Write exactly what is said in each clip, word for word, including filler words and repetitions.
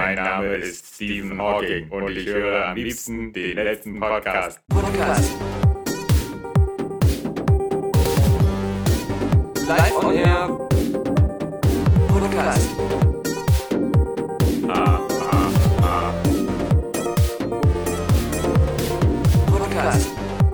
Mein Name ist Stephen Hawking und ich höre am liebsten den letzten Podcast. Podcast. Live on Air. Podcast. Ah, ah, ah. Podcast.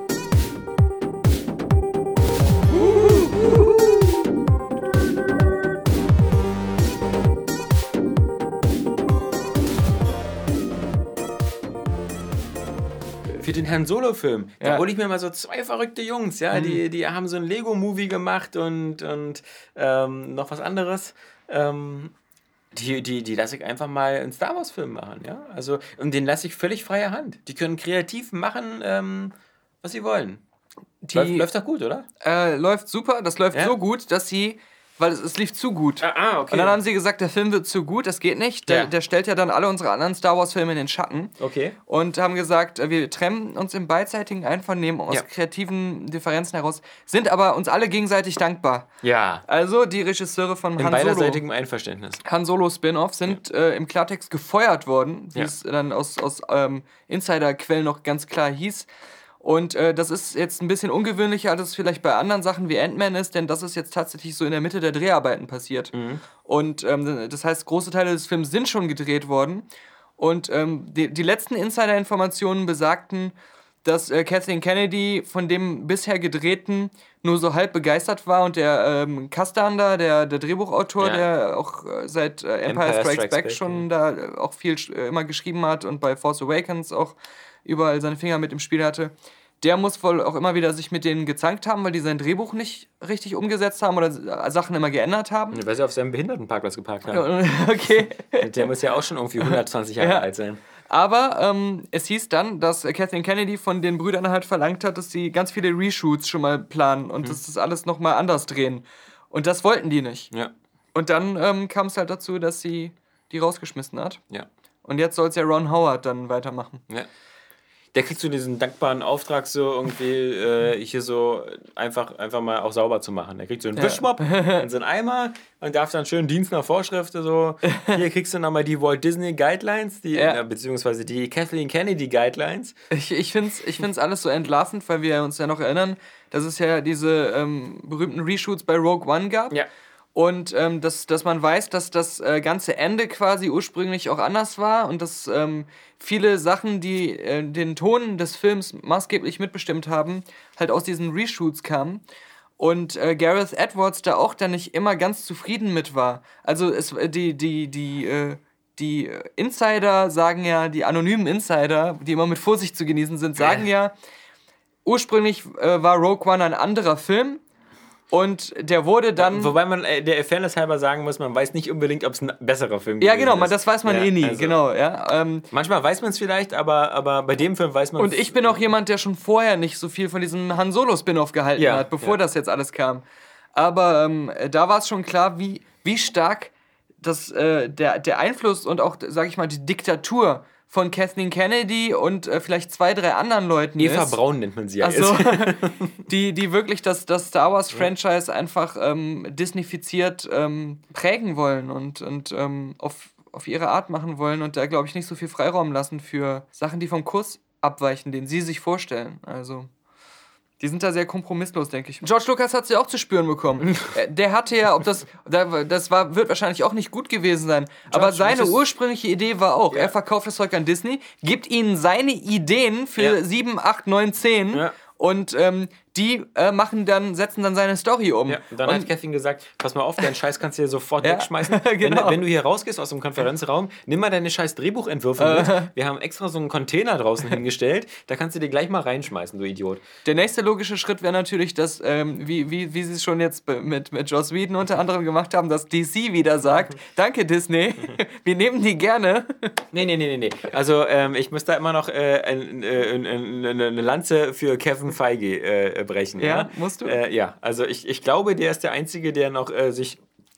Für den Han Solo-Film, Ja. da hole ich mir mal so zwei verrückte Jungs, ja, die, die haben so ein Lego-Movie gemacht und, und ähm, noch was anderes. Ähm, die, die, die lasse ich einfach mal einen Star Wars-Film machen, ja. Also, und den lasse ich völlig freie Hand. Die können kreativ machen, ähm, was sie wollen. Die Läuft, läuft doch gut, oder? äh, läuft super, das läuft Ja? so gut, dass sie, weil es, es lief zu gut. Ah, okay. Und dann haben sie gesagt, der Film wird zu gut, das geht nicht. Der, Ja. der stellt ja dann alle unsere anderen Star Wars-Filme in den Schatten. Okay. Und haben gesagt, äh, wir trennen uns im beidseitigen Einvernehmen aus Ja. kreativen Differenzen heraus, sind aber uns alle gegenseitig dankbar. Ja. Also die Regisseure von In Han Solo, beiderseitigem Einverständnis. Han Solo Spin-Off sind äh, im Klartext gefeuert worden, wie Ja. es dann aus, aus ähm, Insider-Quellen noch ganz klar hieß. Und äh, das ist jetzt ein bisschen ungewöhnlicher, als es vielleicht bei anderen Sachen wie Ant-Man ist, denn das ist jetzt tatsächlich so in der Mitte der Dreharbeiten passiert. Und ähm, das heißt, große Teile des Films sind schon gedreht worden. Und ähm, die, die letzten Insider-Informationen besagten, dass äh, Kathleen Kennedy von dem bisher gedrehten nur so halb begeistert war und der ähm, Kasdan da, der, der Drehbuchautor, Ja. der auch äh, seit äh, Empire, Empire Strikes, Strikes Back Back, schon da äh, auch viel äh, immer geschrieben hat und bei Force Awakens auch überall seine Finger mit im Spiel hatte. Der muss wohl auch immer wieder sich mit denen gezankt haben, weil die sein Drehbuch nicht richtig umgesetzt haben oder äh, Sachen immer geändert haben. Weil sie auf seinem Behindertenparkplatz geparkt haben. Okay. Der muss ja auch schon irgendwie hundertzwanzig Jahre Ja. alt sein. Aber ähm, es hieß dann, dass äh, Kathleen Kennedy von den Brüdern halt verlangt hat, dass sie ganz viele Reshoots schon mal planen und dass das alles nochmal anders drehen. Und das wollten die nicht. Ja. Und dann ähm, kam es halt dazu, dass sie die rausgeschmissen hat. Ja. Und jetzt soll es ja Ron Howard dann weitermachen. Ja. Der kriegt so diesen dankbaren Auftrag, so irgendwie äh, hier so einfach, einfach mal auch sauber zu machen. Der kriegt so einen Wischmopp in so einen Eimer und darf dann schön Dienst nach Vorschrift so, hier kriegst du nochmal die Walt Disney Guidelines, die, Ja. äh, beziehungsweise die Kathleen Kennedy Guidelines. Ich, ich finde es ich find's alles so entlarvend, weil wir uns ja noch erinnern, dass es ja diese ähm, berühmten Reshoots bei Rogue One gab. Ja. Und ähm, dass, dass man weiß, dass das äh, ganze Ende quasi ursprünglich auch anders war und dass ähm, viele Sachen, die äh, den Ton des Films maßgeblich mitbestimmt haben, halt aus diesen Reshoots kamen. Und äh, Gareth Edwards da auch dann nicht immer ganz zufrieden mit war. Also es, äh, die, die, die, äh, die Insider sagen ja, die anonymen Insider, die immer mit Vorsicht zu genießen sind, sagen ja, ursprünglich äh, war Rogue One ein anderer Film. Und der wurde dann... Wobei man äh, der Fairness halber sagen muss, man weiß nicht unbedingt, ob es ein besserer Film Ja, gewesen genau, man, ist. das weiß man Ja, eh nie, also, genau, ja. Ähm, Manchmal weiß man es vielleicht, aber, aber bei dem Film weiß man es. und ich bin auch jemand, der schon vorher nicht so viel von diesem Han Solo-Spin-Off gehalten Ja, hat, bevor ja. das jetzt alles kam. Aber ähm, da war es schon klar, wie, wie stark das, äh, der, der Einfluss und auch, sag ich mal, die Diktatur von Kathleen Kennedy und äh, vielleicht zwei, drei anderen Leuten Eva ist. Braun nennt man sie ja. Also, ist. die, die wirklich das, das Star Wars-Franchise einfach ähm, disneyfiziert ähm, prägen wollen und, und ähm, auf, auf ihre Art machen wollen und da, glaube ich, nicht so viel Freiraum lassen für Sachen, die vom Kurs abweichen, den sie sich vorstellen. Also, die sind da sehr kompromisslos, denke ich. George Lucas hat sie auch zu spüren bekommen. Äh, Der hatte ja, ob das, das war, wird wahrscheinlich auch nicht gut gewesen sein, aber seine Lucas- ursprüngliche Idee war auch, Ja. er verkauft das Zeug an Disney, gibt ihnen seine Ideen für Ja. sieben, acht, neun, zehn Ja. und ähm, die äh, machen dann, setzen dann seine Story um. Ja, und dann und hat Kathleen gesagt, pass mal auf, deinen Scheiß kannst du hier sofort Ja, wegschmeißen. genau. wenn, wenn du hier rausgehst aus dem Konferenzraum, nimm mal deine scheiß Drehbuchentwürfe mit. Wir haben extra so einen Container draußen hingestellt, da kannst du dir gleich mal reinschmeißen, du Idiot. Der nächste logische Schritt wäre natürlich, dass, ähm, wie, wie, wie sie es schon jetzt be- mit, mit Joss Whedon unter anderem gemacht haben, dass D C wieder sagt, danke Disney, wir nehmen die gerne. Nee, nee, nee, nee, nee. Also ähm, ich muss da immer noch äh, ein, äh, ein, ein, eine eine Lanze für Kevin Feige äh, brechen. Ja, Ja, musst du? Äh, ja, also ich, ich glaube, der ist der Einzige, der noch äh, sich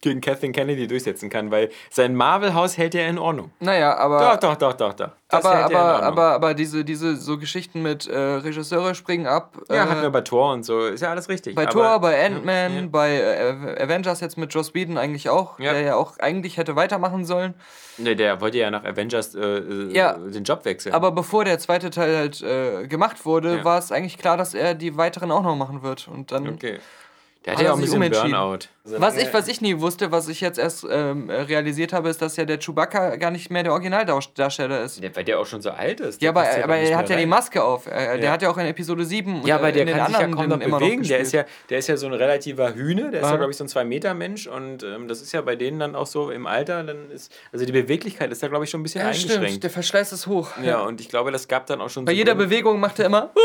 gegen Kathleen Kennedy durchsetzen kann, weil sein Marvel-Haus hält ja in Ordnung. Naja, aber... Doch, doch, doch, doch, doch. Das aber, hält ja in aber, Ordnung. aber, aber diese, diese so Geschichten mit äh, Regisseure springen ab. Ja, äh, hatten wir bei Thor und so, ist ja alles richtig. Bei aber, Thor, bei Ant-Man, ja. bei äh, Avengers jetzt mit Joss Whedon eigentlich auch, Ja. der ja auch eigentlich hätte weitermachen sollen. Ne, der wollte ja nach Avengers äh, Ja. den Job wechseln. Aber bevor der zweite Teil halt äh, gemacht wurde, Ja. war es eigentlich klar, dass er die weiteren auch noch machen wird. Und dann okay. Der hat hat ja er auch ein sich bisschen umentschieden. Burnout. Was ich, was ich nie wusste, was ich jetzt erst ähm, realisiert habe, ist, dass ja der Chewbacca gar nicht mehr der Originaldarsteller ist. Der, weil der auch schon so alt ist. Ja, Der aber, passt aber doch nicht er hat mehr ja die rein. Maske auf. Er, Der Ja. hat ja auch in Episode sieben Ja, aber und, äh, der in den kann sich ja anderen kaum noch den immer bewegen. noch Der ist gespielt. ja, der ist ja so ein relativer Hühne. Der ist Ja. ja, glaube ich, so ein zwei Meter Mensch. Und ähm, das ist ja bei denen dann auch so im Alter. Dann ist, also die Beweglichkeit ist da, glaube ich, schon ein bisschen Ja, eingeschränkt. stimmt. Der Verschleiß ist hoch. Ja, und ich glaube, das gab dann auch schon Bei so jeder Gründe- Bewegung macht er immer.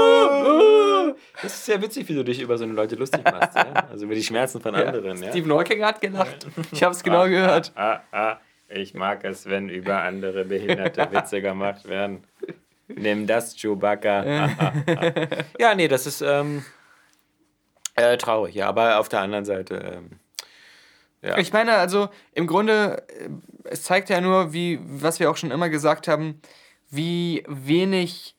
Das ist sehr witzig, wie du dich über so eine Leute lustig machst. Ja? Also über die Schmerzen von anderen. Ja? Stephen Hawking hat gelacht. Ich habe es genau gehört. Ah, ah, ich mag es, wenn über andere Behinderte Witze gemacht werden. Nimm das, Chewbacca. Ah, ah, ah. Ja, nee, das ist ähm, äh, traurig, ja. Aber auf der anderen Seite, ähm, ja. Ich meine, also im Grunde, äh, es zeigt ja nur, wie, was wir auch schon immer gesagt haben, wie wenig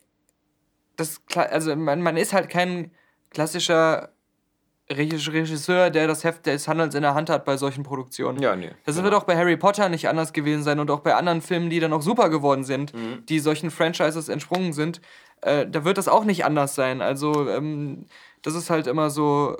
das, kla- also man, man ist halt kein klassischer Regis- Regisseur, der das Heft des Handelns in der Hand hat bei solchen Produktionen. Ja, nee. Das genau. wird auch bei Harry Potter nicht anders gewesen sein und auch bei anderen Filmen, die dann auch super geworden sind, Mhm. die solchen Franchises entsprungen sind. Äh, da wird das auch nicht anders sein. Also ähm, das ist halt immer so,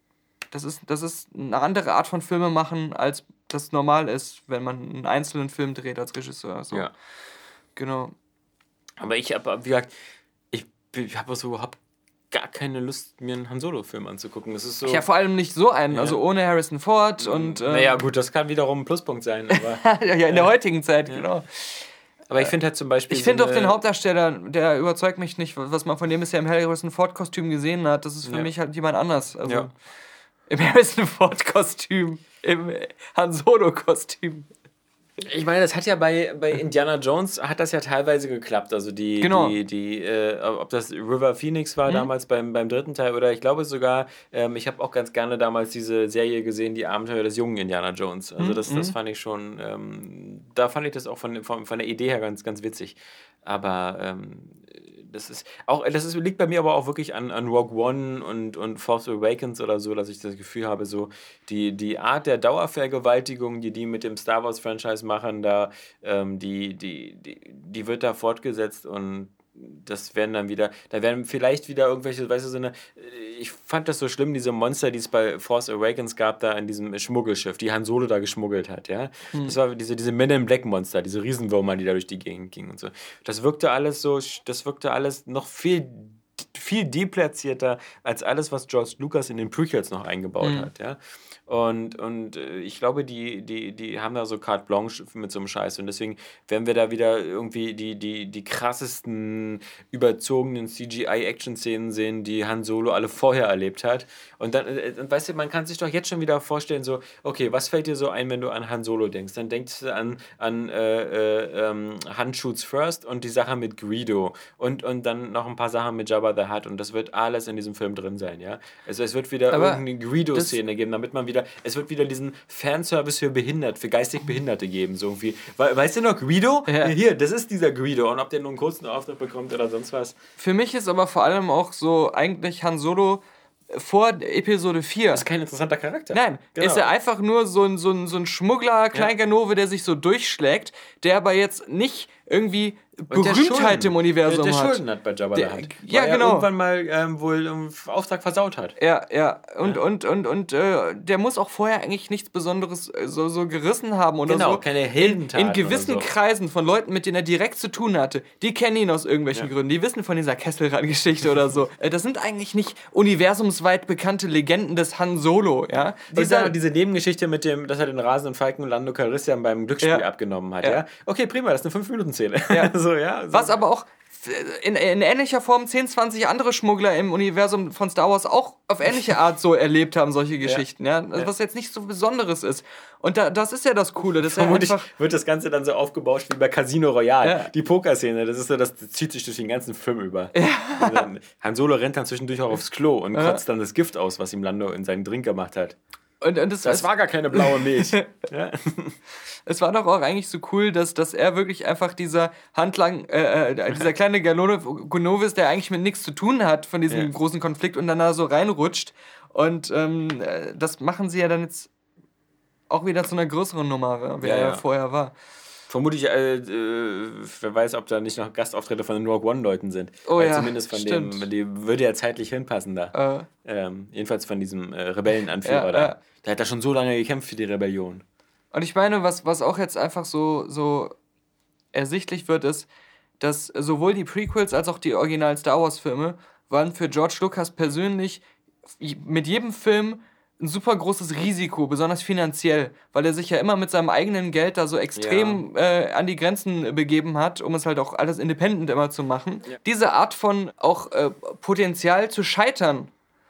das ist, das ist eine andere Art von Filme machen, als das normal ist, wenn man einen einzelnen Film dreht als Regisseur. So. Ja. Genau. Aber ich habe, wie gesagt, ich, ich habe so überhaupt gar keine Lust, mir einen Han Solo-Film anzugucken. Das ist so. Ja, vor allem nicht so einen, Ja. also ohne Harrison Ford und. Ähm, naja, gut, das kann wiederum ein Pluspunkt sein. Aber, ja, in der heutigen Zeit, genau. aber ich finde halt zum Beispiel. Ich finde so auch eine- den Hauptdarsteller, der überzeugt mich nicht, was man von dem bisher im Harrison Ford-Kostüm gesehen hat. Das ist für Ja. mich halt jemand anders. Also Ja. im Harrison Ford-Kostüm, im Han Solo-Kostüm. Ich meine, das hat ja bei, bei Indiana Jones hat das ja teilweise geklappt. Also die, Genau. die, die äh, ob das River Phoenix war damals beim, beim dritten Teil oder ich glaube sogar, ähm, ich habe auch ganz gerne damals diese Serie gesehen, die Abenteuer des jungen Indiana Jones. Also das, das fand ich schon, ähm, da fand ich das auch von, von, von der Idee her ganz, ganz witzig. Aber ähm, das ist auch, das ist, liegt bei mir aber auch wirklich an, an Rogue One und, und Force Awakens oder so, dass ich das Gefühl habe, so die, die Art der Dauervergewaltigung, die die mit dem Star Wars Franchise machen, da, ähm, die, die, die, die wird da fortgesetzt und das werden dann wieder, da werden vielleicht wieder irgendwelche, weißt du, so eine, ich fand das so schlimm, diese Monster, die es bei Force Awakens gab, da in diesem Schmuggelschiff, die Han Solo da geschmuggelt hat, ja. Das war diese, diese Men in Black Monster, diese Riesenwürmer, die da durch die Gegend gingen und so. Das wirkte alles so, das wirkte alles noch viel, viel deplatzierter als alles, was George Lucas in den Prequels noch eingebaut hat, ja. Und, und äh, ich glaube, die, die, die haben da so carte blanche mit so einem Scheiß. Und deswegen werden wir da wieder irgendwie die, die, die krassesten, überzogenen C G I-Action-Szenen sehen, die Han Solo alle vorher erlebt hat. Und dann, äh, und weißt du, man kann sich doch jetzt schon wieder vorstellen, so, okay, was fällt dir so ein, wenn du an Han Solo denkst? Dann denkst du an, an äh, äh, ähm, Han Shoots First und die Sache mit Greedo. Und, und dann noch ein paar Sachen mit Jabba the Hutt. Und das wird alles in diesem Film drin sein, ja? Also es wird wieder Aber irgendeine Greedo-Szene geben, damit man wieder es wird wieder diesen Fanservice für behindert, für geistig Behinderte geben, so irgendwie. We weißt du noch, Greedo? Ja. Hier, das ist dieser Greedo. Und ob der nur einen kurzen Auftritt bekommt oder sonst was. Für mich ist aber vor allem auch so eigentlich Han Solo vor Episode vier. Das ist kein interessanter Charakter. Nein, Genau. ist er einfach nur so ein, so ein, so ein Schmuggler, Kleinganove, der sich so durchschlägt, der aber jetzt nicht irgendwie Und der Berühmtheit Schulden- im Universum der, der hat. Schulden hat bei Jabba Der- the Hutt. ja, weil genau. Er irgendwann mal ähm, wohl einen Auftrag versaut hat. Ja, ja. Und, und, und, und äh, der muss auch vorher eigentlich nichts Besonderes äh, so, so gerissen haben oder Genau, so. keine Heldentaten In gewissen oder so. Kreisen von Leuten, mit denen er direkt zu tun hatte, die kennen ihn aus irgendwelchen Ja. Gründen. Die wissen von dieser Kesselrand-Geschichte oder so. Äh, Das sind eigentlich nicht universumsweit bekannte Legenden des Han Solo, ja. Dieser, Dieser, diese Nebengeschichte mit dem, dass er den rasenden Falken und Lando Calrissian beim Glücksspiel Ja. abgenommen hat, Ja. ja. Okay, prima, das ist eine fünf Minuten Szene. Ja. so, ja. So. was aber auch in, in ähnlicher Form zehn, zwanzig andere Schmuggler im Universum von Star Wars auch auf ähnliche Art so erlebt haben, solche Geschichten, ja. Also was jetzt nicht so Besonderes ist. Und da, das ist ja das Coole, dass er Vermutlich einfach... wird das Ganze dann so aufgebauscht wie bei Casino Royale. Ja. Die Pokerszene, das ist so, das zieht sich durch den ganzen Film über. Und dann, Han Solo rennt dann zwischendurch auch aufs Klo und kotzt dann das Gift aus, was ihm Lando in seinen Drink gemacht hat. Und, und das, Das war gar keine blaue Milch. Ja. Es war doch auch eigentlich so cool, dass, dass er wirklich einfach dieser Handlang, äh, äh, dieser kleine Gonovis, der eigentlich mit nichts zu tun hat von diesem Ja. großen Konflikt und dann da so reinrutscht. Und ähm, äh, das machen sie ja dann jetzt auch wieder zu einer größeren Nummer, wie Ja, er ja. ja vorher war. Vermutlich, äh, äh, wer weiß, ob da nicht noch Gastauftritte von den Rogue One-Leuten sind. Oh Weil ja, zumindest von stimmt. dem, die würde ja zeitlich hinpassen da. Äh, Ähm, jedenfalls von diesem äh, Rebellenanführer Ja, da. ja. Der hat da schon so lange gekämpft für die Rebellion. Und ich meine, was, was auch jetzt einfach so, so ersichtlich wird, ist, dass sowohl die Prequels als auch die originalen Star Wars-Filme waren für George Lucas persönlich mit jedem Film ein super großes Risiko, besonders finanziell, weil er sich ja immer mit seinem eigenen Geld da so extrem äh, an die Grenzen begeben hat, um es halt auch alles independent immer zu machen. Ja. Diese Art von auch äh, Potenzial zu scheitern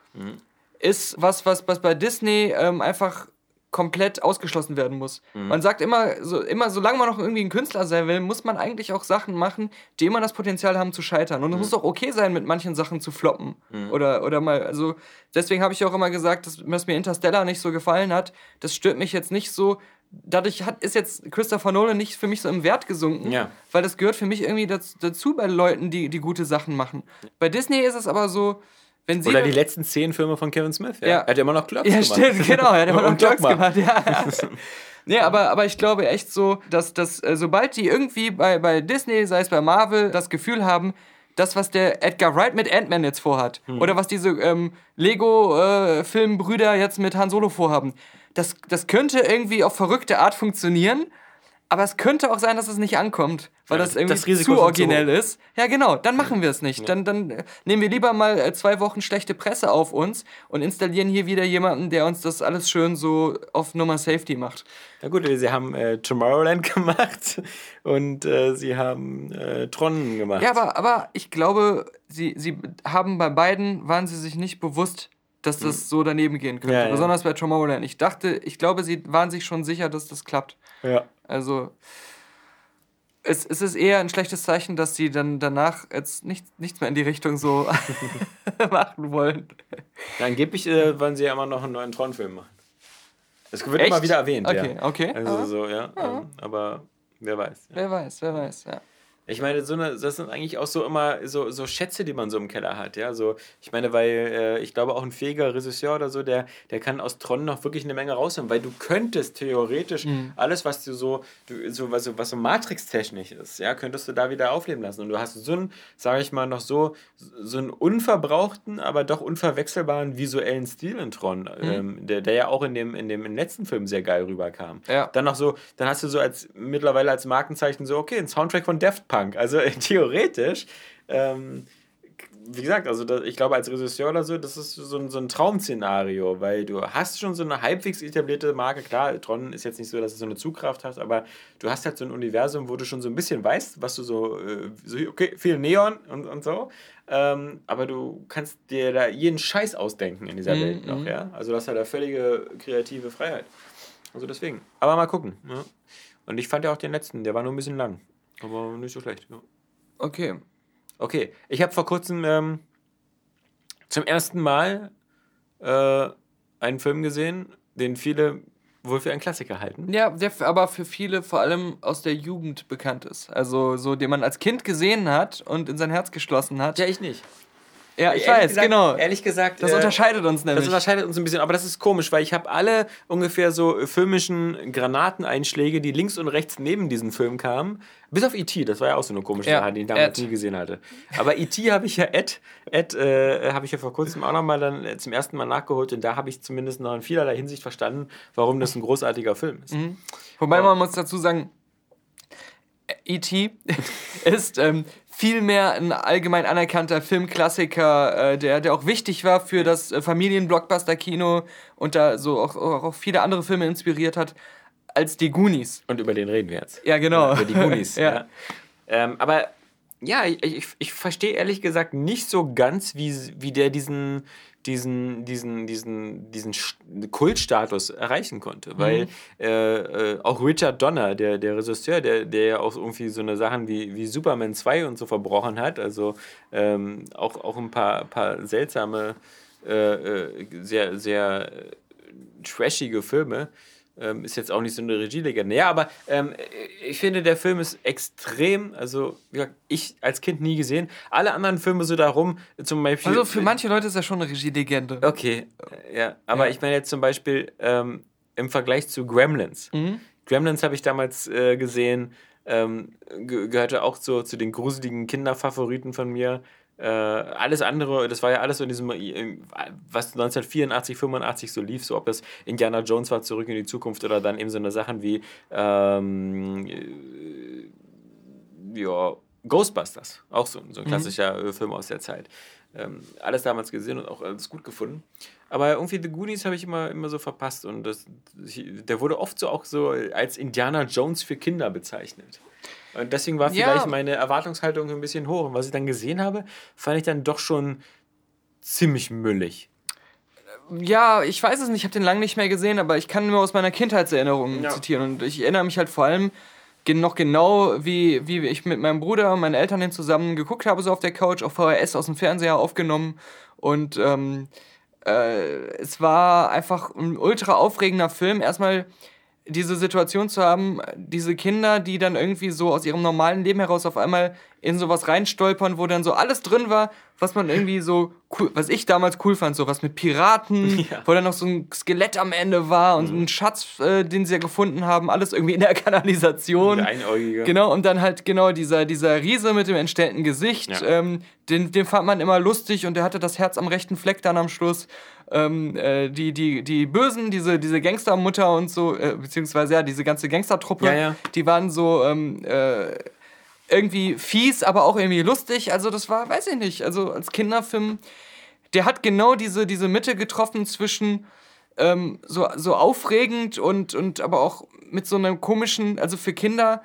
ist was, was, was bei Disney ähm, einfach komplett ausgeschlossen werden muss. Man sagt immer, so, immer, solange man noch irgendwie ein Künstler sein will, muss man eigentlich auch Sachen machen, die immer das Potenzial haben zu scheitern. Und es muss auch okay sein, mit manchen Sachen zu floppen. Oder, oder mal, also deswegen habe ich auch immer gesagt, dass, dass mir Interstellar nicht so gefallen hat. Das stört mich jetzt nicht so. Dadurch hat, ist jetzt Christopher Nolan nicht für mich so im Wert gesunken, Ja. weil das gehört für mich irgendwie dazu, dazu bei Leuten, die, die gute Sachen machen. Bei Disney ist es aber so, wenn sie... Oder die letzten zehn Filme von Kevin Smith. Ja. Ja. Er hat ja immer noch Clerks Ja, gemacht. stimmt, genau. Er hat immer noch Und Clerks Dogma. gemacht, ja. Nee, aber, aber ich glaube echt so, dass, dass äh, sobald die irgendwie bei, bei Disney, sei es bei Marvel, das Gefühl haben, das, was der Edgar Wright mit Ant-Man jetzt vorhat, oder was diese ähm, Lego-Filmbrüder jetzt mit Han Solo vorhaben, das, das könnte irgendwie auf verrückte Art funktionieren, aber es könnte auch sein, dass es nicht ankommt, weil Ja, das irgendwie das Risiko zu ist zu originell hoch. ist. Ja, genau, dann machen wir es nicht. Dann, dann äh, nehmen wir lieber mal äh, zwei Wochen schlechte Presse auf uns und installieren hier wieder jemanden, der uns das alles schön so auf Nummer Safety macht. Na gut, sie haben äh, Tomorrowland gemacht und äh, sie haben äh, Tron gemacht. Ja, aber, aber ich glaube, sie, sie haben bei beiden, waren sie sich nicht bewusst, dass das so daneben gehen könnte. Ja, ja. Besonders bei Tomorrowland. Ich dachte, ich glaube, sie waren sich schon sicher, dass das klappt. Ja. Also, es, es ist eher ein schlechtes Zeichen, dass sie dann danach jetzt nicht, nichts mehr in die Richtung so machen wollen. Ja, angeblich äh, wollen sie ja immer noch einen neuen Tron-Film machen. Das wird Echt? immer wieder erwähnt, Okay, ja. okay. Also Ah. so, ja. Ähm, aber wer weiß. Ja. Wer weiß, wer weiß, ja. Ich meine, so eine, das sind eigentlich auch so immer so, so Schätze, die man so im Keller hat, ja. So, ich meine, weil äh, ich glaube auch ein fähiger Regisseur oder so, der, der kann aus Tron noch wirklich eine Menge rausholen, weil du könntest theoretisch alles, was du so, du, so was so, was so Matrix-technisch ist, ja, könntest du da wieder aufleben lassen. Und du hast so einen, sage ich mal, noch so, so einen unverbrauchten, aber doch unverwechselbaren visuellen Stil in Tron, ähm, der, der ja auch in dem, in dem im letzten Film sehr geil rüberkam. Ja. Dann noch so, dann hast du so als mittlerweile als Markenzeichen so, okay, ein Soundtrack von Daft Punk. Also äh, theoretisch, ähm, wie gesagt, also da, ich glaube als Regisseur oder so, das ist so ein, so ein Traum-Szenario, weil du hast schon so eine halbwegs etablierte Marke, klar, Tron ist jetzt nicht so, dass du so eine Zugkraft hast, aber du hast halt so ein Universum, wo du schon so ein bisschen weißt, was du so, äh, so okay, viel Neon und, und so, ähm, aber du kannst dir da jeden Scheiß ausdenken in dieser Mhm, Welt noch, mhm. ja, also das ist ja da völlige kreative Freiheit. Also deswegen, aber mal gucken, ja. Und ich fand ja auch den letzten, der war nur ein bisschen lang. Aber nicht so schlecht. Ja. Okay. Okay, ich habe vor kurzem ähm, zum ersten Mal äh, einen Film gesehen, den viele wohl für einen Klassiker halten. Ja, der f- aber für viele vor allem aus der Jugend bekannt ist. Also so, den man als Kind gesehen hat und in sein Herz geschlossen hat. Ja, ich nicht. Ja, ich Ehrlich weiß, gesagt, genau. Ehrlich gesagt. Das äh, unterscheidet uns nämlich. Das unterscheidet uns ein bisschen, aber das ist komisch, weil ich habe alle ungefähr so filmischen Granateneinschläge, die links und rechts neben diesem Film kamen, bis auf E T, das war ja auch so eine komische Ja, Sache, die ich damals Ed. nie gesehen hatte. Aber E T habe ich ja, Ed, Ed äh, habe ich ja vor kurzem auch nochmal dann äh, zum ersten Mal nachgeholt und da habe ich zumindest noch in vielerlei Hinsicht verstanden, warum das ein großartiger Film ist. Wobei man muss dazu sagen, E T ist ähm, viel mehr ein allgemein anerkannter Filmklassiker, äh, der, der auch wichtig war für das äh, Familien-Blockbuster-Kino und da so auch, auch, auch viele andere Filme inspiriert hat, als die Goonies. Und über den reden wir jetzt. Ja, genau. Über die Goonies. Ja. ja. Ähm, aber ja, ich, ich, ich verstehe ehrlich gesagt nicht so ganz, wie, wie der diesen, diesen, diesen, diesen, diesen Sch- Kultstatus erreichen konnte. Weil äh, äh, auch Richard Donner, der, der Regisseur, der, der ja auch irgendwie so eine Sachen wie, wie Superman zwei und so verbrochen hat, also ähm, auch, auch ein paar, paar seltsame, äh, äh, sehr, sehr trashige Filme. Ähm, ist jetzt auch nicht so eine Regielegende. Ja, aber ähm, ich finde, der Film ist extrem, also wie gesagt, ich als Kind nie gesehen. Alle anderen Filme so darum, zum Beispiel... Also für manche Leute ist er schon eine Regielegende. Okay, ja. Aber Ja. ich meine jetzt zum Beispiel ähm, im Vergleich zu Gremlins. Mhm. Gremlins habe ich damals äh, gesehen, ähm, ge- gehörte auch so zu den gruseligen Kinderfavoriten von mir. Äh, alles andere, das war ja alles so in diesem, äh, was neunzehnhundertvierundachtzig, fünfundachtzig so lief, so ob das Indiana Jones war, Zurück in die Zukunft oder dann eben so eine Sachen wie ähm, äh, ja, Ghostbusters, auch so, so ein klassischer äh, Film aus der Zeit. Ähm, alles damals gesehen und auch alles gut gefunden. Aber irgendwie The Goonies habe ich immer, immer so verpasst und das, der wurde oft so auch so als Indiana Jones für Kinder bezeichnet. Und deswegen war Ja. vielleicht meine Erwartungshaltung ein bisschen hoch. Und was ich dann gesehen habe, fand ich dann doch schon ziemlich müllig. Ja, ich weiß es nicht, ich habe den lange nicht mehr gesehen, aber ich kann nur aus meiner Kindheitserinnerung Ja. zitieren. Und ich erinnere mich halt vor allem gen- noch genau, wie, wie ich mit meinem Bruder und meinen Eltern den zusammen geguckt habe, so auf der Couch, auf V H S aus dem Fernseher aufgenommen. Und ähm, äh, es war einfach ein ultra aufregender Film. Erstmal diese Situation zu haben, diese Kinder, die dann irgendwie so aus ihrem normalen Leben heraus auf einmal in sowas reinstolpern, wo dann so alles drin war, was man irgendwie so cool, was ich damals cool fand, so was mit Piraten, Ja. wo dann noch so ein Skelett am Ende war und ein Schatz, äh, den sie ja gefunden haben, alles irgendwie in der Kanalisation. Der Einäugige. Genau, und dann halt genau dieser, dieser Riese mit dem entstellten Gesicht, Ja. ähm, den, den fand man immer lustig und der hatte das Herz am rechten Fleck dann am Schluss. Ähm, äh, die, die, die Bösen, diese, diese Gangstermutter und so, äh, beziehungsweise ja, diese ganze Gangstertruppe, Ja, ja. die waren so ähm, äh, irgendwie fies, aber auch irgendwie lustig. Also das war, weiß ich nicht, also als Kinderfilm, der hat genau diese, diese Mitte getroffen zwischen ähm, so, so aufregend und, und aber auch mit so einem komischen, also für Kinder,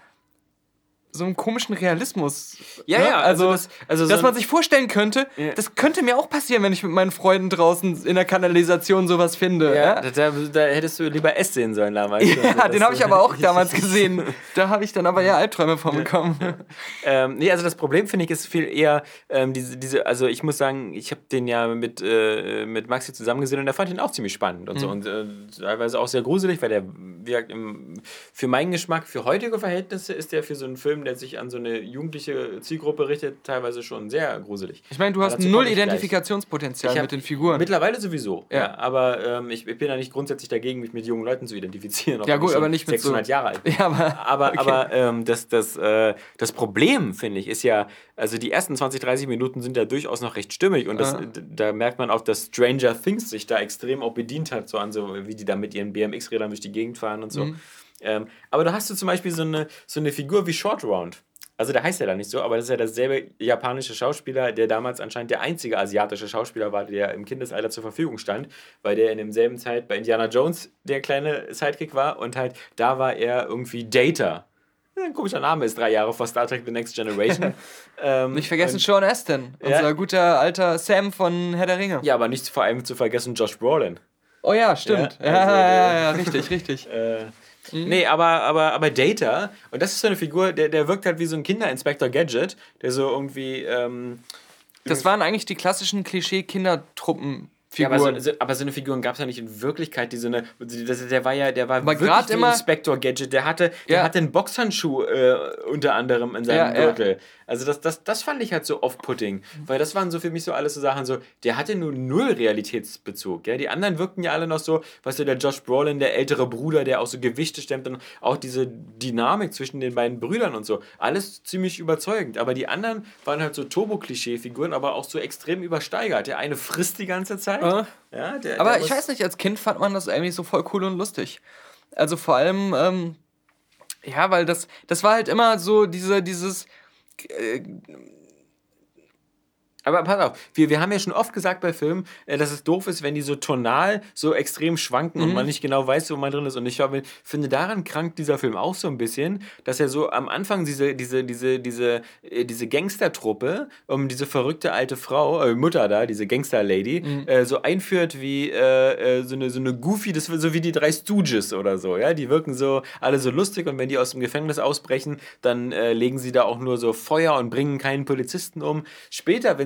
so einem komischen Realismus. Ja, ne? ja, also das- also so dass ein- man sich vorstellen könnte, Ja. das könnte mir auch passieren, wenn ich mit meinen Freunden draußen in der Kanalisation sowas finde. Ja, Ja, da, da hättest du lieber S sehen sollen damals. ja Also das- den habe ich aber auch damals gesehen. Da habe ich dann aber ja Albträume von bekommen. Ähm, nee, also das Problem, finde ich, ist viel eher ähm, diese, diese, also ich muss sagen, ich habe den ja mit, äh, mit Maxi zusammen gesehen und der fand ihn auch ziemlich spannend und so und äh, teilweise auch sehr gruselig, weil der, wie gesagt, im, für meinen Geschmack, für heutige Verhältnisse ist der für so einen Film, der sich an so eine jugendliche Zielgruppe richtet, teilweise schon sehr gruselig. Ich meine, du Aber hast dazu null komme ich gleich. Identifikationspotenzial Ich hab mit den Figuren. Mittlerweile sowieso, ja. Ja. aber ähm, ich, ich bin ja nicht grundsätzlich dagegen, mich mit jungen Leuten zu identifizieren. auch Ja, wenn gut, ich schon aber nicht mit so- sechshundert Jahre alt bin. Ja, aber- aber, okay. aber ähm, das, das, äh, das Problem, finde ich, ist ja, also die ersten zwanzig, dreißig Minuten sind ja durchaus noch recht stimmig und das, Ah. d- da merkt man auch, dass Stranger Things sich da extrem auch bedient hat, so an so, wie die da mit ihren B M X-Rädern durch die Gegend fahren und so. Mhm. Ähm, aber da hast du zum Beispiel so eine, so eine Figur wie Short Round. Also der heißt ja da nicht so, aber das ist ja dasselbe japanische Schauspieler, der damals anscheinend der einzige asiatische Schauspieler war, der im Kindesalter zur Verfügung stand, weil der in demselben Zeit bei Indiana Jones der kleine Sidekick war und halt da war er irgendwie Data. Ein komischer Name ist drei Jahre vor Star Trek The Next Generation. ähm, Nicht vergessen und, Sean Astin, Ja. unser guter alter Sam von Herr der Ringe. Ja, aber nicht vor allem zu vergessen Josh Brolin. Oh ja, stimmt. Ja, Ja, also, ja, ja, äh, ja, richtig, richtig. Äh, Nee, aber, aber, aber Data, und das ist so eine Figur, der, der wirkt halt wie so ein Kinder-Inspector Gadget, der so irgendwie. Ähm, Das waren eigentlich die klassischen Klischee-Kindertruppen. Ja, aber, Figuren. so, so, aber so eine Figur gab es ja nicht in Wirklichkeit, die so eine, das, der war ja, der war Aber wirklich grad wie immer- Inspector Gadget, der hatte, der Ja. hatte einen Boxhandschuh äh, unter anderem in seinem Ja, ja. Gürtel. Also das, das, das fand ich halt so off-putting, weil das waren so für mich so alles so Sachen so, der hatte nur null Realitätsbezug, ja, die anderen wirkten ja alle noch so, weißt du, der Josh Brolin, der ältere Bruder, der auch so Gewichte stemmt und auch diese Dynamik zwischen den beiden Brüdern und so, alles ziemlich überzeugend, aber die anderen waren halt so Turbo-Klischee-Figuren, aber auch so extrem übersteigert, der eine frisst die ganze Zeit, Äh. ja, der, Aber der ich muss- weiß nicht, als Kind fand man das irgendwie so voll cool und lustig. Also vor allem, ähm, ja, weil das, das war halt immer so diese, dieses, äh, Aber pass auf, wir, wir haben ja schon oft gesagt bei Filmen, äh, dass es doof ist, wenn die so tonal so extrem schwanken und man nicht genau weiß, wo man drin ist. Und ich glaube, finde, daran krankt dieser Film auch so ein bisschen, dass er so am Anfang diese, diese, diese, diese, äh, diese Gangstertruppe um diese verrückte alte Frau, äh, Mutter da, diese Gangster-Lady, äh, so einführt wie äh, äh, so, eine, so eine Goofy, das so wie die drei Stooges oder so. Ja? Die wirken so alle so lustig und wenn die aus dem Gefängnis ausbrechen, dann äh, legen sie da auch nur so Feuer und bringen keinen Polizisten um. Später, wenn sie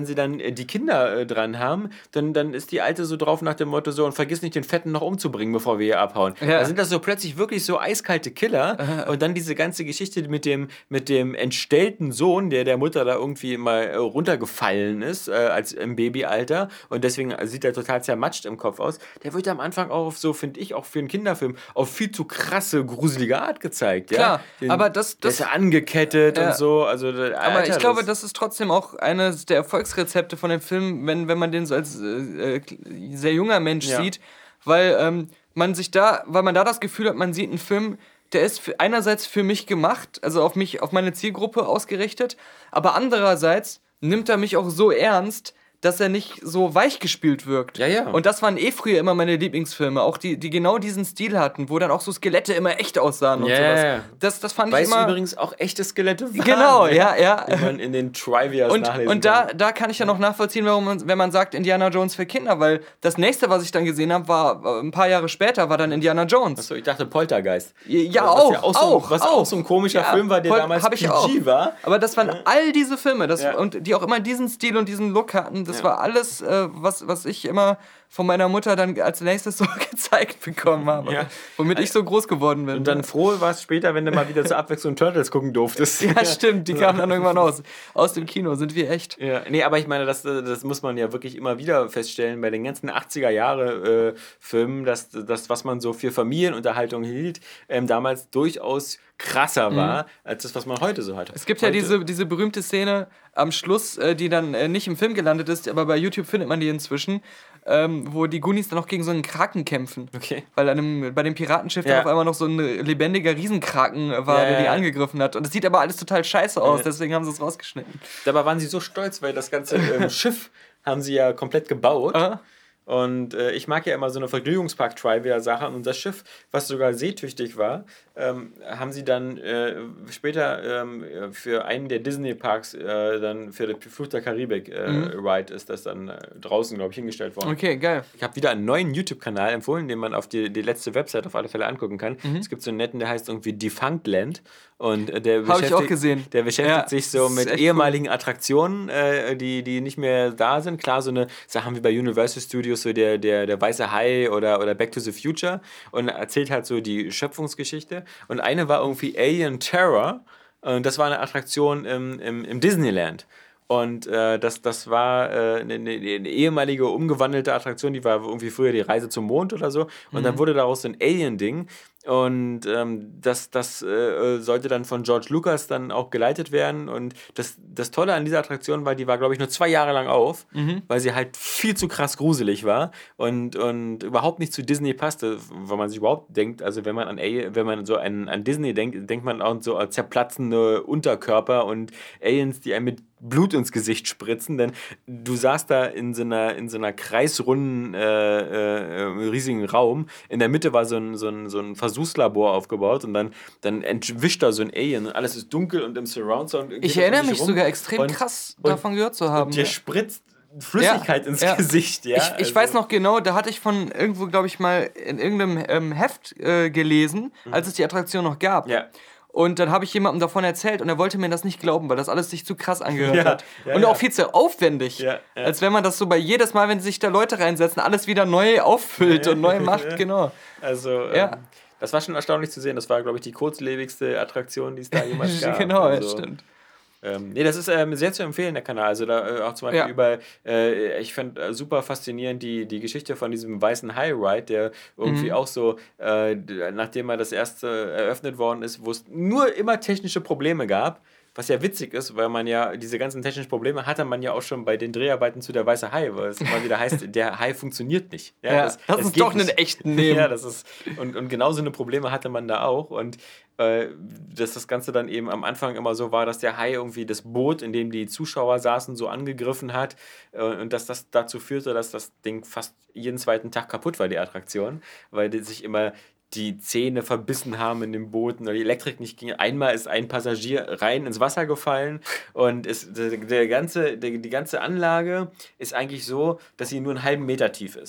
sie dann äh, die Kinder äh, dran haben, dann, dann ist die Alte so drauf nach dem Motto so, und vergiss nicht den Fetten noch umzubringen, bevor wir hier abhauen. Ja. Da sind das so plötzlich wirklich so eiskalte Killer Aha. und dann diese ganze Geschichte mit dem, mit dem entstellten Sohn, der der Mutter da irgendwie mal äh, runtergefallen ist, äh, als im Babyalter und deswegen sieht er total zermatscht im Kopf aus. Der wird am Anfang auch auf so, finde ich, auch für einen Kinderfilm auf viel zu krasse, gruselige Art gezeigt. Ja? Klar, Den, aber das- Der das- ist ja angekettet Ja. und so. Also, der- Aber Alter, ich glaube, das ist trotzdem auch eines der Erfolgsrezepte von dem Film, wenn, wenn man den so als äh, äh, sehr junger Mensch Ja. sieht, weil ähm, man sich da, weil man da das Gefühl hat, man sieht einen Film, der ist für, einerseits für mich gemacht, also auf mich, auf meine Zielgruppe ausgerichtet, aber andererseits nimmt er mich auch so ernst, dass er nicht so weichgespült wirkt. Ja, ja. Und das waren eh früher immer meine Lieblingsfilme, auch die, die genau diesen Stil hatten, wo dann auch so Skelette immer echt aussahen und Ja, sowas. ja. Das, das fand Weißt ich immer... du übrigens auch echte Skelette waren? Genau, ja, ja. Die man in den Trivias Und, nachlesen und da, kann. da kann ich ja noch nachvollziehen, warum man, wenn man sagt Indiana Jones für Kinder, weil das nächste, was ich dann gesehen habe, war war ein paar Jahre später, war dann Indiana Jones. Achso, ich dachte Poltergeist. Ja, Was auch, ja auch, so, auch, was auch. auch so ein komischer Ja, Film war, der Pol- damals hab ich P G auch. war. Aber das waren all diese Filme, das, Ja. und die auch immer diesen Stil und diesen Look hatten, das Ja. war alles, äh, was, was ich immer von meiner Mutter dann als nächstes so gezeigt bekommen habe, Ja. womit ich so groß geworden bin. Und dann froh warst später, wenn du mal wieder zur Abwechslung Turtles gucken durftest. ja, stimmt, die kamen dann irgendwann aus, aus dem Kino, sind wir echt. Ja, nee, aber ich meine, das, das muss man ja wirklich immer wieder feststellen bei den ganzen achtziger-Jahre-Filmen, dass das, was man so für Familienunterhaltung hielt, ähm, damals durchaus krasser war, als das, was man heute so hat. Es gibt ja heute, diese, diese berühmte Szene am Schluss, äh, die dann äh, nicht im Film gelandet ist, aber bei YouTube findet man die inzwischen, ähm, wo die Goonies dann noch gegen so einen Kraken kämpfen. Okay. Weil an einem, bei dem Piratenschiff Ja. dann auf einmal noch so ein lebendiger Riesenkraken war, Ja, der die ja. angegriffen hat. Und es sieht aber alles total scheiße aus, Ja. deswegen haben sie es rausgeschnitten. Dabei waren sie so stolz, weil das ganze ähm, Schiff haben sie ja komplett gebaut. Aha. Und äh, ich mag ja immer so eine Vergnügungspark-Trivia-Sache. Und das Schiff, was sogar seetüchtig war, ähm, haben sie dann äh, später ähm, für einen der Disney-Parks, äh, dann für den Fluch der Karibik-Ride, äh, ist das dann äh, draußen, glaube ich, hingestellt worden. Okay, geil. Ich habe wieder einen neuen YouTube-Kanal empfohlen, den man auf die, die letzte Website auf alle Fälle angucken kann. Mhm. Es gibt so einen netten, der heißt irgendwie Defunctland. Und äh, der Hab ich auch beschäftigt- gesehen. Der beschäftigt Ja, sich das so ist mit echt ehemaligen Attraktionen, äh, die, die nicht mehr da sind. Klar, so eine Sachen wie bei Universal Studios, so der, der, der weiße Hai oder, oder Back to the Future. Und erzählt halt so die Schöpfungsgeschichte. Und eine war irgendwie Alien Terror. Und das war eine Attraktion im, im, im Disneyland. Und äh, das, das war äh, eine, eine, eine ehemalige umgewandelte Attraktion, die war irgendwie früher die Reise zum Mond oder so. Und dann wurde daraus so ein Alien-Ding. Und ähm, das, das äh, sollte dann von George Lucas dann auch geleitet werden. Und das, das Tolle an dieser Attraktion war, die war, glaube ich, nur zwei Jahre lang auf, weil sie halt viel zu krass gruselig war und, und überhaupt nicht zu Disney passte, weil man sich überhaupt denkt, also wenn man an, A- wenn man so an, an Disney denkt, denkt man auch so an zerplatzende Unterkörper und Aliens, die einem mit Blut ins Gesicht spritzen, denn du saßt da in so einer, in so einer kreisrunden, äh, äh, riesigen Raum. In der Mitte war so ein, so ein, so ein Versuchslabor aufgebaut und dann, dann entwischt da so ein Alien und alles ist dunkel und im Surround-Sound geht Ich das um erinnere dich mich rum sogar extrem und- krass und- davon gehört zu haben. Und dir Ja. spritzt Flüssigkeit Ja, ins ja. Gesicht, ja. Ich, ich Also- weiß noch genau, da hatte ich von irgendwo, glaube ich, mal in irgendeinem ähm, Heft äh, gelesen, als es die Attraktion noch gab. Mhm. Ja. Und dann habe ich jemandem davon erzählt und er wollte mir das nicht glauben, weil das alles sich zu krass angehört Ja, hat. ja, und ja. auch viel zu aufwendig. Ja, ja. Als wenn man das so bei jedes Mal, wenn sich da Leute reinsetzen, alles wieder neu auffüllt und neu macht, genau. Also, Ja. ähm, das war schon erstaunlich zu sehen. Das war, glaube ich, die kurzlebigste Attraktion, die es da jemals gab. genau, also, ja, stimmt. Ähm, nee, das ist ähm, sehr zu empfehlen, der Kanal. Also da äh, auch zum Beispiel Ja. über, äh, ich fand äh, super faszinierend die, die Geschichte von diesem weißen High-Ride, der irgendwie Mhm. auch so, äh, d- nachdem er das erste eröffnet worden ist, wo es nur immer technische Probleme gab, was ja witzig ist, weil man ja diese ganzen technischen Probleme hatte man ja auch schon bei den Dreharbeiten zu der weiße Hai, weil es immer wieder heißt, der Hai funktioniert nicht. Ja, das ist geht doch einen echten nehmen. Ja, das ist, und, und genau so eine Probleme hatte man da auch und äh, dass das Ganze dann eben am Anfang immer so war, dass der Hai irgendwie das Boot, in dem die Zuschauer saßen, so angegriffen hat äh, und dass das dazu führte, dass das Ding fast jeden zweiten Tag kaputt war, die Attraktion, weil die sich immer die Zähne verbissen haben in den Booten oder die Elektrik nicht ging. Einmal ist ein Passagier rein ins Wasser gefallen und es, der, der ganze, der, die ganze Anlage ist eigentlich so, dass sie nur einen halben Meter tief ist.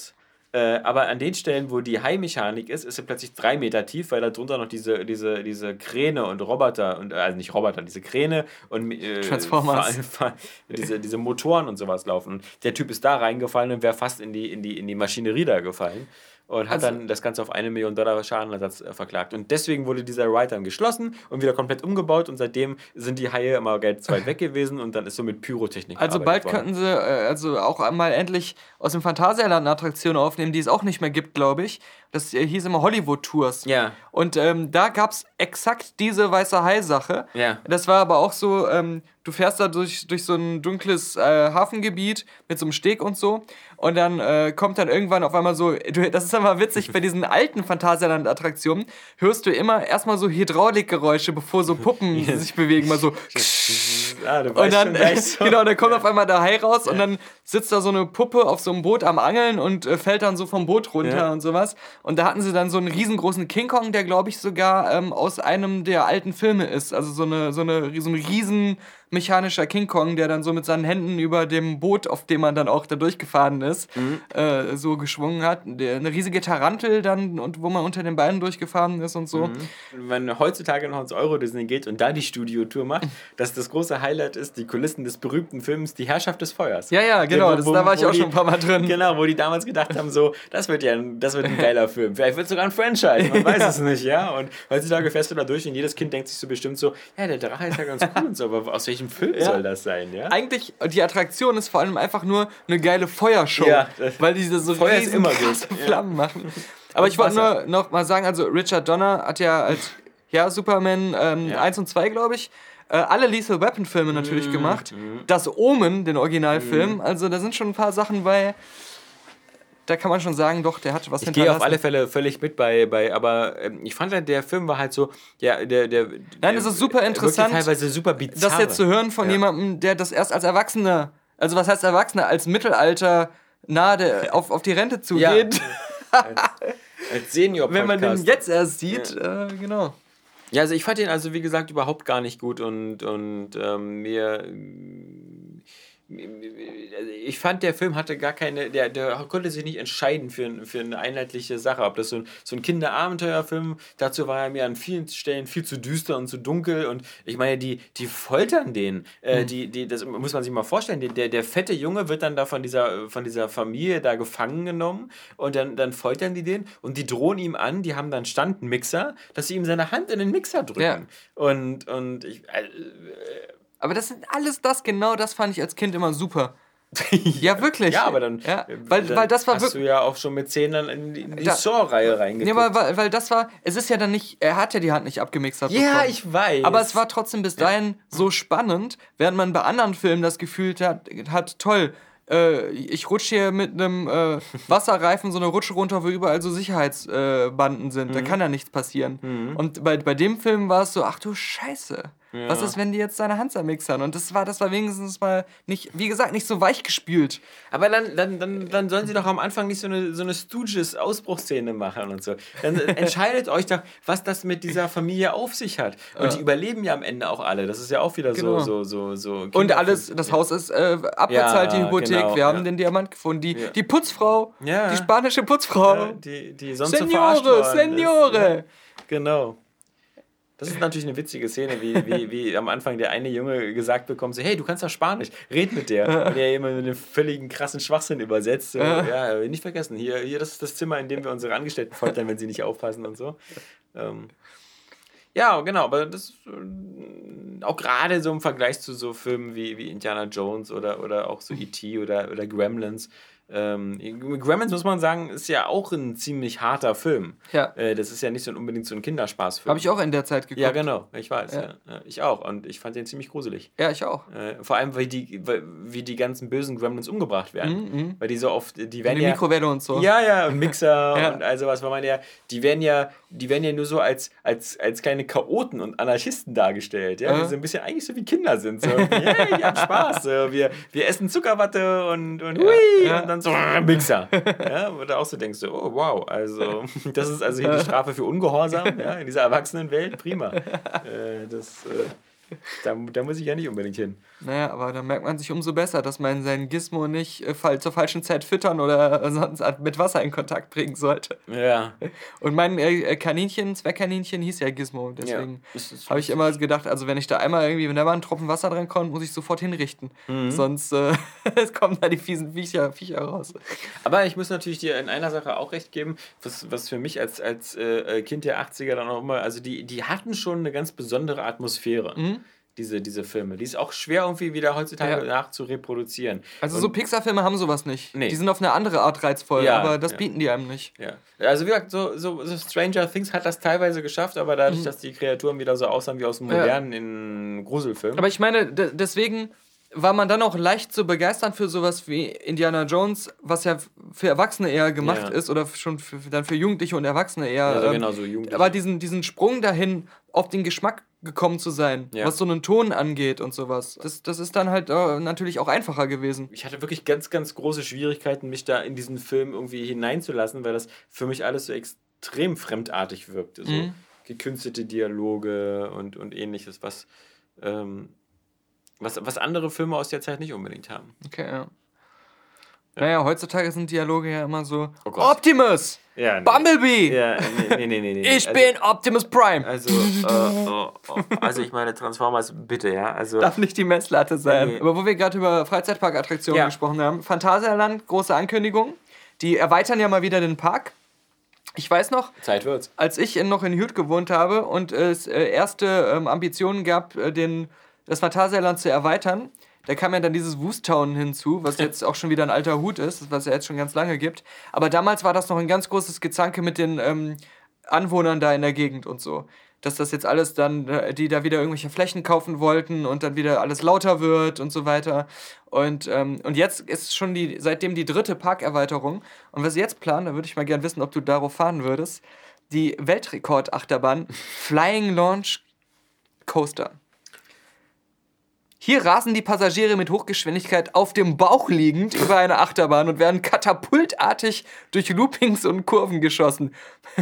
Äh, aber an den Stellen, wo die Hai-Mechanik ist, ist sie plötzlich drei Meter tief, weil da drunter noch diese, diese, diese Kräne und Roboter, und also nicht Roboter, diese Kräne und äh, Transformers. Fa- fa- diese, diese Motoren und sowas laufen. Und der Typ ist da reingefallen und wäre fast in die, in, die, in die Maschinerie da gefallen. Und hat Also- dann das Ganze auf eine Million Dollar Schadenersatz äh, verklagt. Und deswegen wurde dieser Ride dann geschlossen und wieder komplett umgebaut. Und seitdem sind die Haie immer ganz weit weg gewesen. Und dann ist so mit Pyrotechnik Also bald gearbeitet worden. könnten sie äh, also auch einmal endlich aus dem Phantasialand eine Attraktion aufnehmen, die es auch nicht mehr gibt, glaube ich. Das äh, hieß immer Hollywood-Tours. Ja. Und ähm, da gab es exakt diese weiße Hai-Sache. Ja. Das war aber auch so, ähm, du fährst da durch, durch so ein dunkles äh, Hafengebiet mit so einem Steg und so. Und dann äh, kommt dann irgendwann auf einmal so, du, das ist immer witzig, bei diesen alten Phantasialand-Attraktionen hörst du immer erstmal so Hydraulikgeräusche, bevor so Puppen sich bewegen, mal so. Ah, du Und weißt dann, schon gleich so. genau, dann kommt auf einmal der Hai raus und dann sitzt da so eine Puppe auf so einem Boot am Angeln und äh, fällt dann so vom Boot runter Ja. und sowas. Und da hatten sie dann so einen riesengroßen King Kong, der, glaube ich, sogar ähm, aus einem der alten Filme ist. Also so eine, so eine, so ein riesen mechanischer King Kong, der dann so mit seinen Händen über dem Boot, auf dem man dann auch da durchgefahren ist, Mhm. äh, so geschwungen hat. Der, eine riesige Tarantel dann, und wo man unter den Beinen durchgefahren ist und so. Mhm. Wenn man heutzutage noch ins Euro-Disney geht und da die Studiotour macht, dass das große Highlight ist, die Kulissen des berühmten Films Die Herrschaft des Feuers. Ja, ja, genau, Wo- das, wo- da war ich wo auch die- schon ein paar Mal drin. Genau, wo die damals gedacht haben, so, das wird ja ein, das wird ein geiler Film. Vielleicht wird es sogar ein Franchise, man weiß es nicht, ja. Und heutzutage fährst du da durch und jedes Kind denkt sich so bestimmt so, ja, der Drache ist ja ganz cool und so, aber aus welchem Film Ja. soll das sein, ja? Eigentlich, die Attraktion ist vor allem einfach nur eine geile Feuershow, Ja, das- weil diese so Feuer ist riesen immer krasse gut, ja. Flammen machen. Aber Und ich wollte Wasser. nur noch mal sagen, also Richard Donner hat ja als ja, Superman ähm, Ja. eins und zwei, glaube ich, äh, alle Lethal Weapon Filme natürlich Mhm, gemacht. Das Omen, den Originalfilm, also da sind schon ein paar Sachen bei, da kann man schon sagen, doch, der hat was Ich gehe auf alle hinterlassen. Fälle völlig mit bei, bei aber ähm, ich fand halt, der Film war halt so, ja, der, der, Nein, es ist super interessant, teilweise super bizarr. Das jetzt zu hören von Ja. jemandem, der das erst als Erwachsener, also was heißt Erwachsener, als Mittelalter nahe der, auf, auf die Rente Ja. zugeht. Als Senior-Podcast. Wenn man den jetzt erst sieht, äh, genau. Ja, also ich fand den also, wie gesagt, überhaupt gar nicht gut und, und ähm, mir. Ich fand, der Film hatte gar keine, der, der konnte sich nicht entscheiden für, für eine einheitliche Sache. Ob das so ein, so ein Kinderabenteuerfilm, dazu war er mir an vielen Stellen viel zu düster und zu dunkel. Und ich meine, die, die foltern den. Äh, die, die, das muss man sich mal vorstellen. Der, der fette Junge wird dann da von dieser, von dieser Familie da gefangen genommen und dann, dann foltern die den und die drohen ihm an, die haben dann Standmixer, dass sie ihm seine Hand in den Mixer drücken. Ja. Und, und ich. Äh, Aber das sind alles das, genau das fand ich als Kind immer super. Ja, wirklich. Ja, aber dann, Ja, äh, weil, dann weil das war hast wirklich. du ja auch schon mit zehn dann in die, in die Da- Saw-Reihe Nee, reingeguckt. weil, weil, weil das war, es ist ja dann nicht, er hat ja die Hand nicht abgemixert ja, bekommen. ich weiß. Aber es war trotzdem bis dahin so spannend, während man bei anderen Filmen das Gefühl hat, hat toll, äh, ich rutsche hier mit einem äh, Wasserreifen so eine Rutsche runter, wo überall so Sicherheitsbanden äh, Banden sind. Mhm. Da kann ja nichts passieren. Und bei, bei dem Film war es so, ach du Scheiße. Was ist, wenn die jetzt seine Hand zermixern? Und das war, das war wenigstens mal nicht, wie gesagt, nicht so weich gespült. Aber dann, dann, dann, dann sollen sie doch am Anfang nicht so eine, so eine Stooges-Ausbruchsszene machen und so. Dann entscheidet euch doch, was das mit dieser Familie auf sich hat. Und Ja. die überleben ja am Ende auch alle. Das ist ja auch wieder Genau. so, so, so, so. Und alles, das Haus ist äh, abbezahlt, Ja, die Hypothek. genau, Wir haben ja. den Diamant gefunden. Die, Ja. die Putzfrau, Ja. die spanische Putzfrau. Ja, die, die sonst so verarscht Seniore, worden Seniore. Ist. Ja, genau. Das ist natürlich eine witzige Szene, wie, wie, wie am Anfang der eine Junge gesagt bekommt, so, hey, du kannst doch Spanisch, red mit der. Und der immer mit einem völligen krassen Schwachsinn übersetzt. So, ja, nicht vergessen, hier, hier, das ist das Zimmer, in dem wir unsere Angestellten foltern, wenn sie nicht aufpassen und so. Ähm, ja, genau, aber das äh, auch gerade so im Vergleich zu so Filmen wie, wie Indiana Jones oder, oder auch so E T oder, oder Gremlins. Ähm, Gremlins, muss man sagen, ist ja auch ein ziemlich harter Film. Ja. Äh, das ist ja nicht so ein, unbedingt so ein Kinderspaßfilm. Habe ich auch in der Zeit geguckt. Ja, genau, ich weiß. Ja. Ja. Ja, ich auch. Und ich fand den ziemlich gruselig. Ja, ich auch. Äh, vor allem, weil die, weil, wie die ganzen bösen Gremlins umgebracht werden. Weil die so oft, die werden Die ja. Mikrowelle und so. Ja, ja, und Mixer Ja. und all sowas, weil man ja, die werden ja, die werden ja nur so als, als, als kleine Chaoten und Anarchisten dargestellt, ja, Ja. die so ein bisschen eigentlich so wie Kinder sind, so, hey, die haben Spaß, so, wir, wir essen Zuckerwatte und, und hui, Ja. und dann so Mixer, ja, wo du auch so denkst, so, oh wow, also, das ist also hier die Strafe für Ungehorsam, ja, in dieser Erwachsenenwelt, prima, äh, das, äh, Da, da muss ich ja nicht unbedingt hin. Naja, aber dann merkt man sich umso besser, dass man seinen Gizmo nicht äh, fall- zur falschen Zeit füttern oder äh, sonst mit Wasser in Kontakt bringen sollte. Ja. Und mein äh, Kaninchen, Zwergkaninchen hieß ja Gizmo, deswegen Ja. habe ich immer gedacht, also wenn ich da einmal irgendwie, wenn da mal ein Tropfen Wasser dran kommt, muss ich sofort hinrichten. Mhm. Sonst äh, es kommen da die fiesen Viecher, Viecher raus. Aber ich muss natürlich dir in einer Sache auch recht geben, was, was für mich als, als äh, Kind der achtziger dann auch immer, also die, die hatten schon eine ganz besondere Atmosphäre, Mhm. diese, diese Filme. Die ist auch schwer irgendwie wieder heutzutage Ja. nachzureproduzieren. Also Und- so Pixar-Filme haben sowas nicht. Nee. Die sind auf eine andere Art reizvoll, Ja, aber das ja. bieten die einem nicht. Ja, also wie gesagt, so, so, so Stranger Things hat das teilweise geschafft, aber dadurch, dass die Kreaturen wieder so aussahen wie aus dem Mhm. Ja. modernen in Gruselfilmen. Aber ich meine, d- deswegen war man dann auch leicht zu begeistern für sowas wie Indiana Jones, was ja f- für Erwachsene eher gemacht Ja. ist oder schon für, für- dann für Jugendliche und Erwachsene eher. also ähm, genau, so Jugendliche. aber diesen, diesen Sprung dahin, auf den Geschmack gekommen zu sein, Ja. was so einen Ton angeht und sowas, das, das ist dann halt äh, natürlich auch einfacher gewesen. Ich hatte wirklich ganz, ganz große Schwierigkeiten, mich da in diesen Film irgendwie hineinzulassen, weil das für mich alles so extrem fremdartig wirkte. So Mhm. gekünstelte Dialoge und, und ähnliches, was, ähm, was, was andere Filme aus der Zeit nicht unbedingt haben. Okay, ja. Naja, heutzutage sind Dialoge ja immer so: Oh Gott. Optimus! Ja, nee. Bumblebee! Ja, nee, nee, nee, nee, nee. Ich also, bin Optimus Prime! Also, äh, oh, oh, also ich meine, Transformers, bitte, ja. Also, Darf nicht die Messlatte sein. Nee. Aber wo wir gerade über Freizeitparkattraktionen Ja. gesprochen haben, Phantasialand, große Ankündigung. Die erweitern ja mal wieder den Park. Ich weiß noch, Zeit wird's. als ich in, noch in Hürth gewohnt habe und es äh, erste ähm, Ambitionen gab, äh, den, das Phantasialand zu erweitern, da kam ja dann dieses Woostown hinzu, was jetzt auch schon wieder ein alter Hut ist, was es ja jetzt schon ganz lange gibt. Aber damals war das noch ein ganz großes Gezanke mit den ähm, Anwohnern da in der Gegend und so. Dass das jetzt alles dann, äh, die da wieder irgendwelche Flächen kaufen wollten und dann wieder alles lauter wird und so weiter. Und, ähm, und jetzt ist schon die, seitdem die dritte Parkerweiterung. Und was sie jetzt planen, da würde ich mal gern wissen, ob du darauf fahren würdest, die Weltrekord-Achterbahn Flying Launch Coaster. Hier rasen die Passagiere mit Hochgeschwindigkeit auf dem Bauch liegend über eine Achterbahn und werden katapultartig durch Loopings und Kurven geschossen.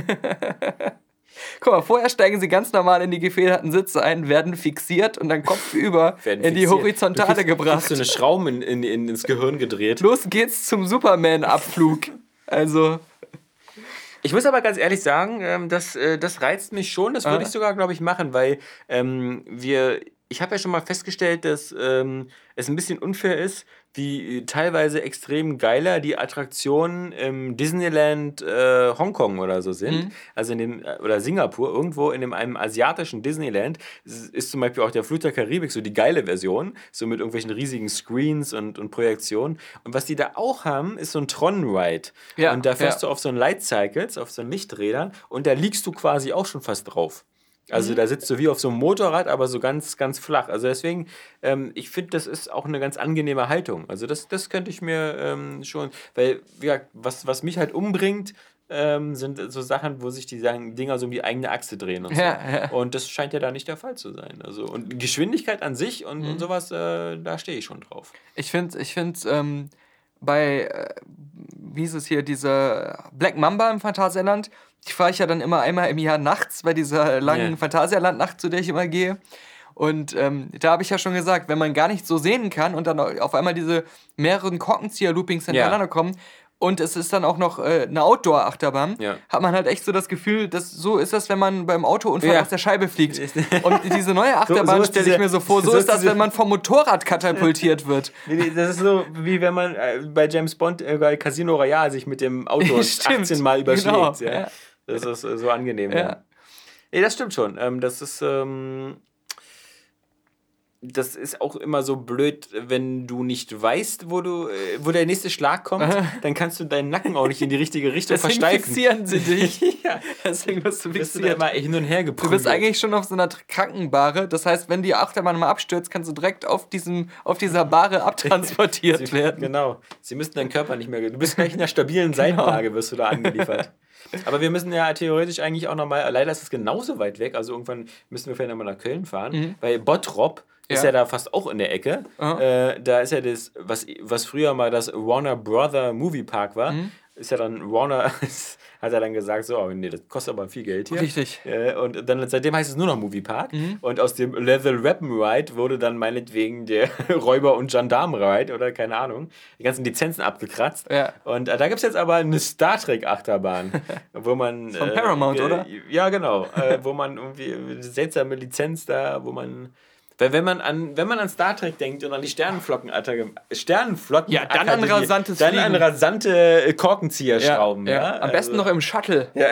Guck mal, vorher steigen sie ganz normal in die gefederten Sitze ein, werden fixiert und dann kopfüber Werden in die fixiert. Horizontale Du kriegst- gebracht. kriegst so eine Schrauben in, in, in, ins Gehirn gedreht. Los geht's zum Superman-Abflug. Also, Ich muss aber ganz ehrlich sagen, ähm, das, äh, das reizt mich schon. Das würde Ah. ich sogar, glaube ich, machen, weil ähm, wir. Ich habe ja schon mal festgestellt, dass ähm, es ein bisschen unfair ist, wie äh, teilweise extrem geiler die Attraktionen im Disneyland äh, Hongkong oder so sind. Mhm. Also in dem, äh, oder Singapur, irgendwo in dem, einem asiatischen Disneyland ist, ist zum Beispiel auch der Fluch der Karibik so die geile Version, so mit irgendwelchen riesigen Screens und, und Projektionen. Und was die da auch haben, ist so ein Tron-Ride. Ja, und da fährst ja. du auf so einen Light Cycles, auf so einen Lichträdern und da liegst du quasi auch schon fast drauf. Also da sitzt du wie auf so einem Motorrad, aber so ganz, ganz flach. Also deswegen, ähm, ich finde, das ist auch eine ganz angenehme Haltung. Also das, das könnte ich mir ähm, schon, weil, ja, was, was mich halt umbringt, ähm, sind so Sachen, wo sich die sagen, Dinger so um die eigene Achse drehen und so. Ja, ja. Und das scheint ja da nicht der Fall zu sein. Also und Geschwindigkeit an sich und, Mhm. und sowas, äh, da stehe ich schon drauf. ich finde, ich find, ähm, bei, äh, wie ist es hier, diese Black Mamba im Phantasialand, die fahre ich ja dann immer einmal im Jahr nachts bei dieser langen Ja. Phantasialand-Nacht, zu der ich immer gehe. Und ähm, da habe ich ja schon gesagt, wenn man gar nicht so sehen kann und dann auf einmal diese mehreren Korkenzieher-Loopings hintereinander kommen und es ist dann auch noch äh, eine Outdoor-Achterbahn, Ja. hat man halt echt so das Gefühl, dass so ist das, wenn man beim Autounfall Ja. aus der Scheibe fliegt. Und diese neue Achterbahn so ist stelle ich diese- mir so vor, so, so ist ist das, diese- wenn man vom Motorrad katapultiert wird. Nee, nee, das ist so, wie wenn man äh, bei James Bond äh, bei Casino Royale sich mit dem Auto Stimmt. achtzehn Mal überschlägt. Genau, Ja. ja. Das ist äh, so angenehm. Ja. Ja. Nee, das stimmt schon. Ähm, das ist. Ähm, das ist auch immer so blöd, wenn du nicht weißt, wo du, äh, wo der nächste Schlag kommt, dann kannst du deinen Nacken auch nicht in die richtige Richtung Deswegen versteifen. fixieren sie dich. Ja. Deswegen wirst du Bist du da fixiert. immer hin und her Du geprügelt. bist eigentlich schon auf so einer Tr- Krankenbahre. Das heißt, wenn die Achterbahn mal abstürzt, kannst du direkt auf, diesem, auf dieser Bahre abtransportiert Sie, werden. Genau. Sie müssten deinen Körper nicht mehr. Du bist gleich in einer stabilen Seitenlage, wirst du da angeliefert. Aber wir müssen ja theoretisch eigentlich auch nochmal, leider ist es genauso weit weg, also irgendwann müssen wir vielleicht nochmal nach Köln fahren, Mhm. weil Bottrop ist Ja. ja da fast auch in der Ecke. Aha. Äh, da ist ja das, was, was früher mal das Warner Brother Movie Park war. Mhm. ist ja dann Warner, hat er dann gesagt, so, oh, nee, das kostet aber viel Geld hier. Richtig. Äh, und dann seitdem heißt es nur noch Moviepark. Mhm. Und aus dem Level Weapon Ride wurde dann meinetwegen der Räuber- und Gendarm Ride oder keine Ahnung, die ganzen Lizenzen abgekratzt. Ja. Und äh, da gibt es jetzt aber eine Star Trek Achterbahn, wo man... Von äh, Paramount, äh, oder? Ja, genau. äh, wo man irgendwie eine seltsame Lizenz da, wo man... Weil wenn man an wenn man an Star Trek denkt und an die Sternenflocken Sternenflotten Ja, dann an rasantes dann an Fliegen. rasante äh, Korkenzieherschrauben, ja. ja. Am besten Also, noch im Shuttle. ja.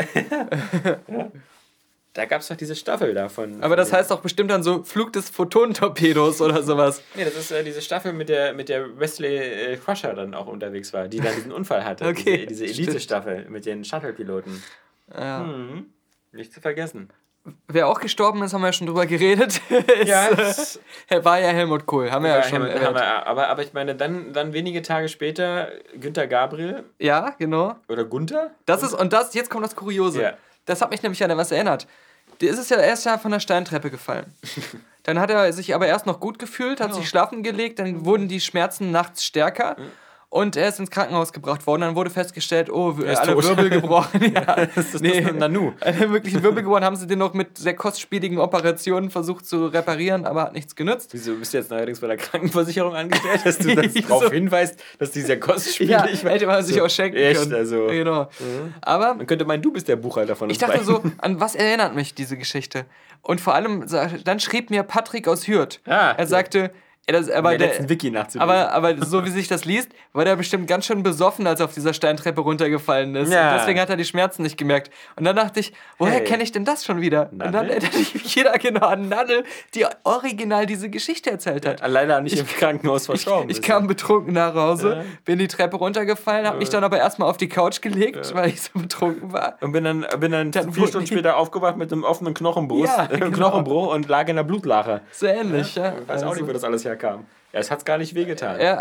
ja. Da gab es doch diese Staffel davon. Aber das heißt doch bestimmt dann so Flug des Photonentorpedos oder sowas. Nee, das ist äh, diese Staffel, mit der, mit der Wesley äh, Crusher dann auch unterwegs war, die dann diesen Unfall hatte. Okay, Diese, diese Elite-Staffel mit den Shuttle-Piloten. Ja. Hm. Nicht zu vergessen. Wer auch gestorben ist, haben wir ja schon drüber geredet. ist, Ja, äh, war ja Helmut Kohl. Haben wir ja, Ja, schon haben, erwähnt. haben wir, aber, aber ich meine, dann, dann wenige Tage später Günter Gabriel Ja, genau. oder Gunther? Das ist, und das, jetzt kommt das Kuriose. Ja. Das hat mich nämlich an was erinnert. Der ist es ja erst ja von der Steintreppe gefallen. Dann hat er sich aber erst noch gut gefühlt, hat sich schlafen gelegt, dann wurden die Schmerzen nachts stärker. Und er ist ins Krankenhaus gebracht worden. Dann wurde festgestellt, oh, ist alle tot. Wirbel gebrochen. Ja, Das ist nee. ein Nanu. alle möglichen Wirbel gebrochen, haben sie den noch mit sehr kostspieligen Operationen versucht zu reparieren, aber hat nichts genutzt. Wieso bist du jetzt neuerdings bei der Krankenversicherung angestellt, dass du das So. darauf hinweist, dass die sehr kostspielig Ja, war? hätte man sich auch schenken echt, können. also. Genau. Aber Man könnte meinen, du bist der Buchhalter von uns ich dachte beiden. so, an was erinnert mich diese Geschichte? Und vor allem, sa- dann schrieb mir Patrick aus Hürth. Ah, er sagte, er, das, aber, der der, letzten Wiki nachzulesen. aber, aber so wie sich das liest, war der bestimmt ganz schön besoffen, als er auf dieser Steintreppe runtergefallen ist. Ja. Und deswegen hat er die Schmerzen nicht gemerkt. Und dann dachte ich, woher Hey. kenne ich denn das schon wieder? Und dann Nannel? erinnerte ich mich jeder genau an Nannel, die original diese Geschichte erzählt hat. Leider nicht im Krankenhaus Ich, verstorben ich ist. kam betrunken nach Hause, Ja. bin die Treppe runtergefallen, habe mich dann aber erstmal auf die Couch gelegt, weil ich so betrunken war. Und bin dann, bin dann, Dann vier wurde- Stunden später aufgewacht mit einem offenen Knochenbrust, Ja, äh, genau. Knochenbruch und lag in der Blutlache. So ähnlich, ja. Ich weiß auch Also- nicht, wo das alles herkam. Ja, es hat es gar nicht wehgetan. Ja.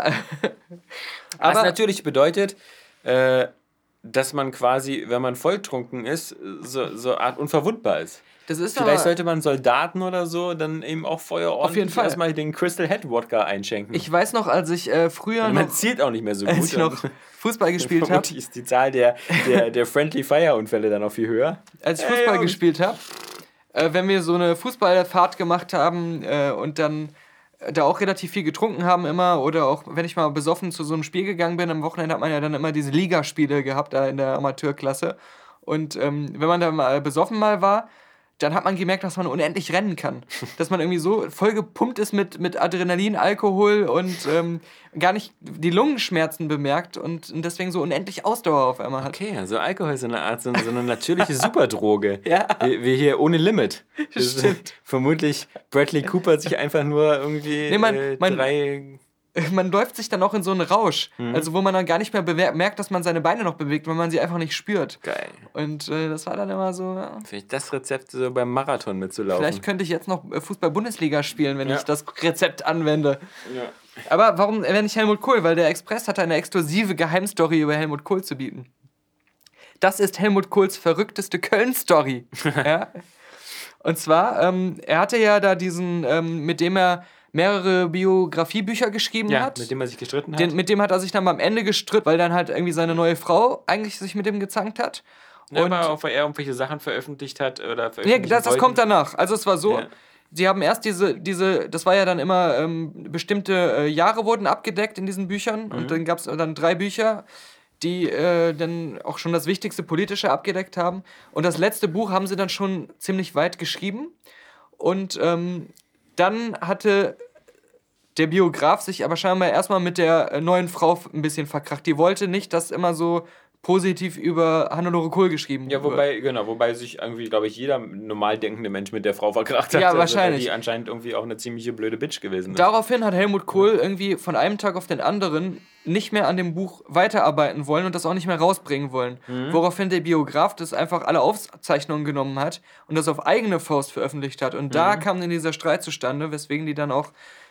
Was Aber natürlich bedeutet, äh, dass man quasi, wenn man volltrunken ist, so, so eine Art unverwundbar ist. das ist Vielleicht aber, sollte man Soldaten oder so dann eben auch vorher ordentlich jeden Fall. erstmal den Crystal Head Wodka einschenken. ich weiß noch, als ich äh, früher man noch, zielt auch nicht mehr so gut. als ich noch und Fußball gespielt habe, vermutlich ist die Zahl der, der, der Friendly Fire Unfälle dann auch viel höher. als ich Ey, Fußball Jungs. gespielt habe, äh, wenn wir so eine Fußballfahrt gemacht haben äh, und dann äh, da auch relativ viel getrunken haben immer oder auch wenn ich mal besoffen zu so einem Spiel gegangen bin, am Wochenende hat man ja dann immer diese Ligaspiele gehabt da in der Amateurklasse und ähm, wenn man da mal besoffen mal war, dann hat man gemerkt, dass man unendlich rennen kann. Dass man irgendwie so voll gepumpt ist mit, mit Adrenalin, Alkohol und ähm, gar nicht die Lungenschmerzen bemerkt und, und deswegen so unendlich Ausdauer auf einmal hat. Okay, also Alkohol ist so eine Art, so, so eine natürliche Superdroge. Ja. Wie, wie hier ohne Limit. Das ist Stimmt. Vermutlich Bradley Cooper hat sich einfach nur irgendwie Nee, man- äh, man- drei... Man läuft sich dann auch in so einen Rausch, Mhm. also wo man dann gar nicht mehr bewer- merkt, dass man seine Beine noch bewegt, weil man sie einfach nicht spürt. Geil. Und äh, das war dann immer so, ja. Vielleicht das Rezept so beim Marathon mitzulaufen. Vielleicht könnte ich jetzt noch äh, Fußball-Bundesliga spielen, wenn Ja. ich das Rezept anwende. Ja. Aber warum erwähne ich Helmut Kohl? Weil der Express hatte eine exklusive Geheimstory über Helmut Kohl zu bieten. Das ist Helmut Kohls verrückteste Köln-Story. Ja? Und zwar, ähm, er hatte ja da diesen, ähm, mit dem er mehrere Biografiebücher geschrieben Ja, hat. mit dem er sich gestritten hat. Den, mit dem hat er sich dann am Ende gestritten, weil dann halt irgendwie seine neue Frau eigentlich sich mit dem gezankt hat. Ja, Und aber auch, weil er irgendwelche Sachen veröffentlicht hat oder ja, veröffentlichen das, das wollten. kommt danach. Also es war so, Ja. sie haben erst diese, diese, das war ja dann immer, ähm, bestimmte äh, Jahre wurden abgedeckt in diesen Büchern und dann gab es dann drei Bücher, die äh, dann auch schon das wichtigste Politische abgedeckt haben. Und das letzte Buch haben sie dann schon ziemlich weit geschrieben. Und ähm, dann hatte der Biograf sich aber scheinbar erstmal mit der äh, neuen Frau ein bisschen verkracht. Die wollte nicht, dass immer so positiv über Hannelore Kohl geschrieben Ja, wobei, genau, wobei sich irgendwie, glaube ich, jeder normal denkende Mensch mit der Frau verkracht hat. Ja, Also, wahrscheinlich. weil die anscheinend irgendwie auch eine ziemliche blöde Bitch gewesen ist. Daraufhin hat Helmut Kohl irgendwie von einem Tag auf den anderen nicht mehr an dem Buch weiterarbeiten wollen und das auch nicht mehr rausbringen wollen. Mhm. Woraufhin der Biograf das einfach alle Aufzeichnungen genommen hat und das auf eigene Faust veröffentlicht hat. Und da Mhm. kam dann dieser Streit zustande, weswegen die dann auch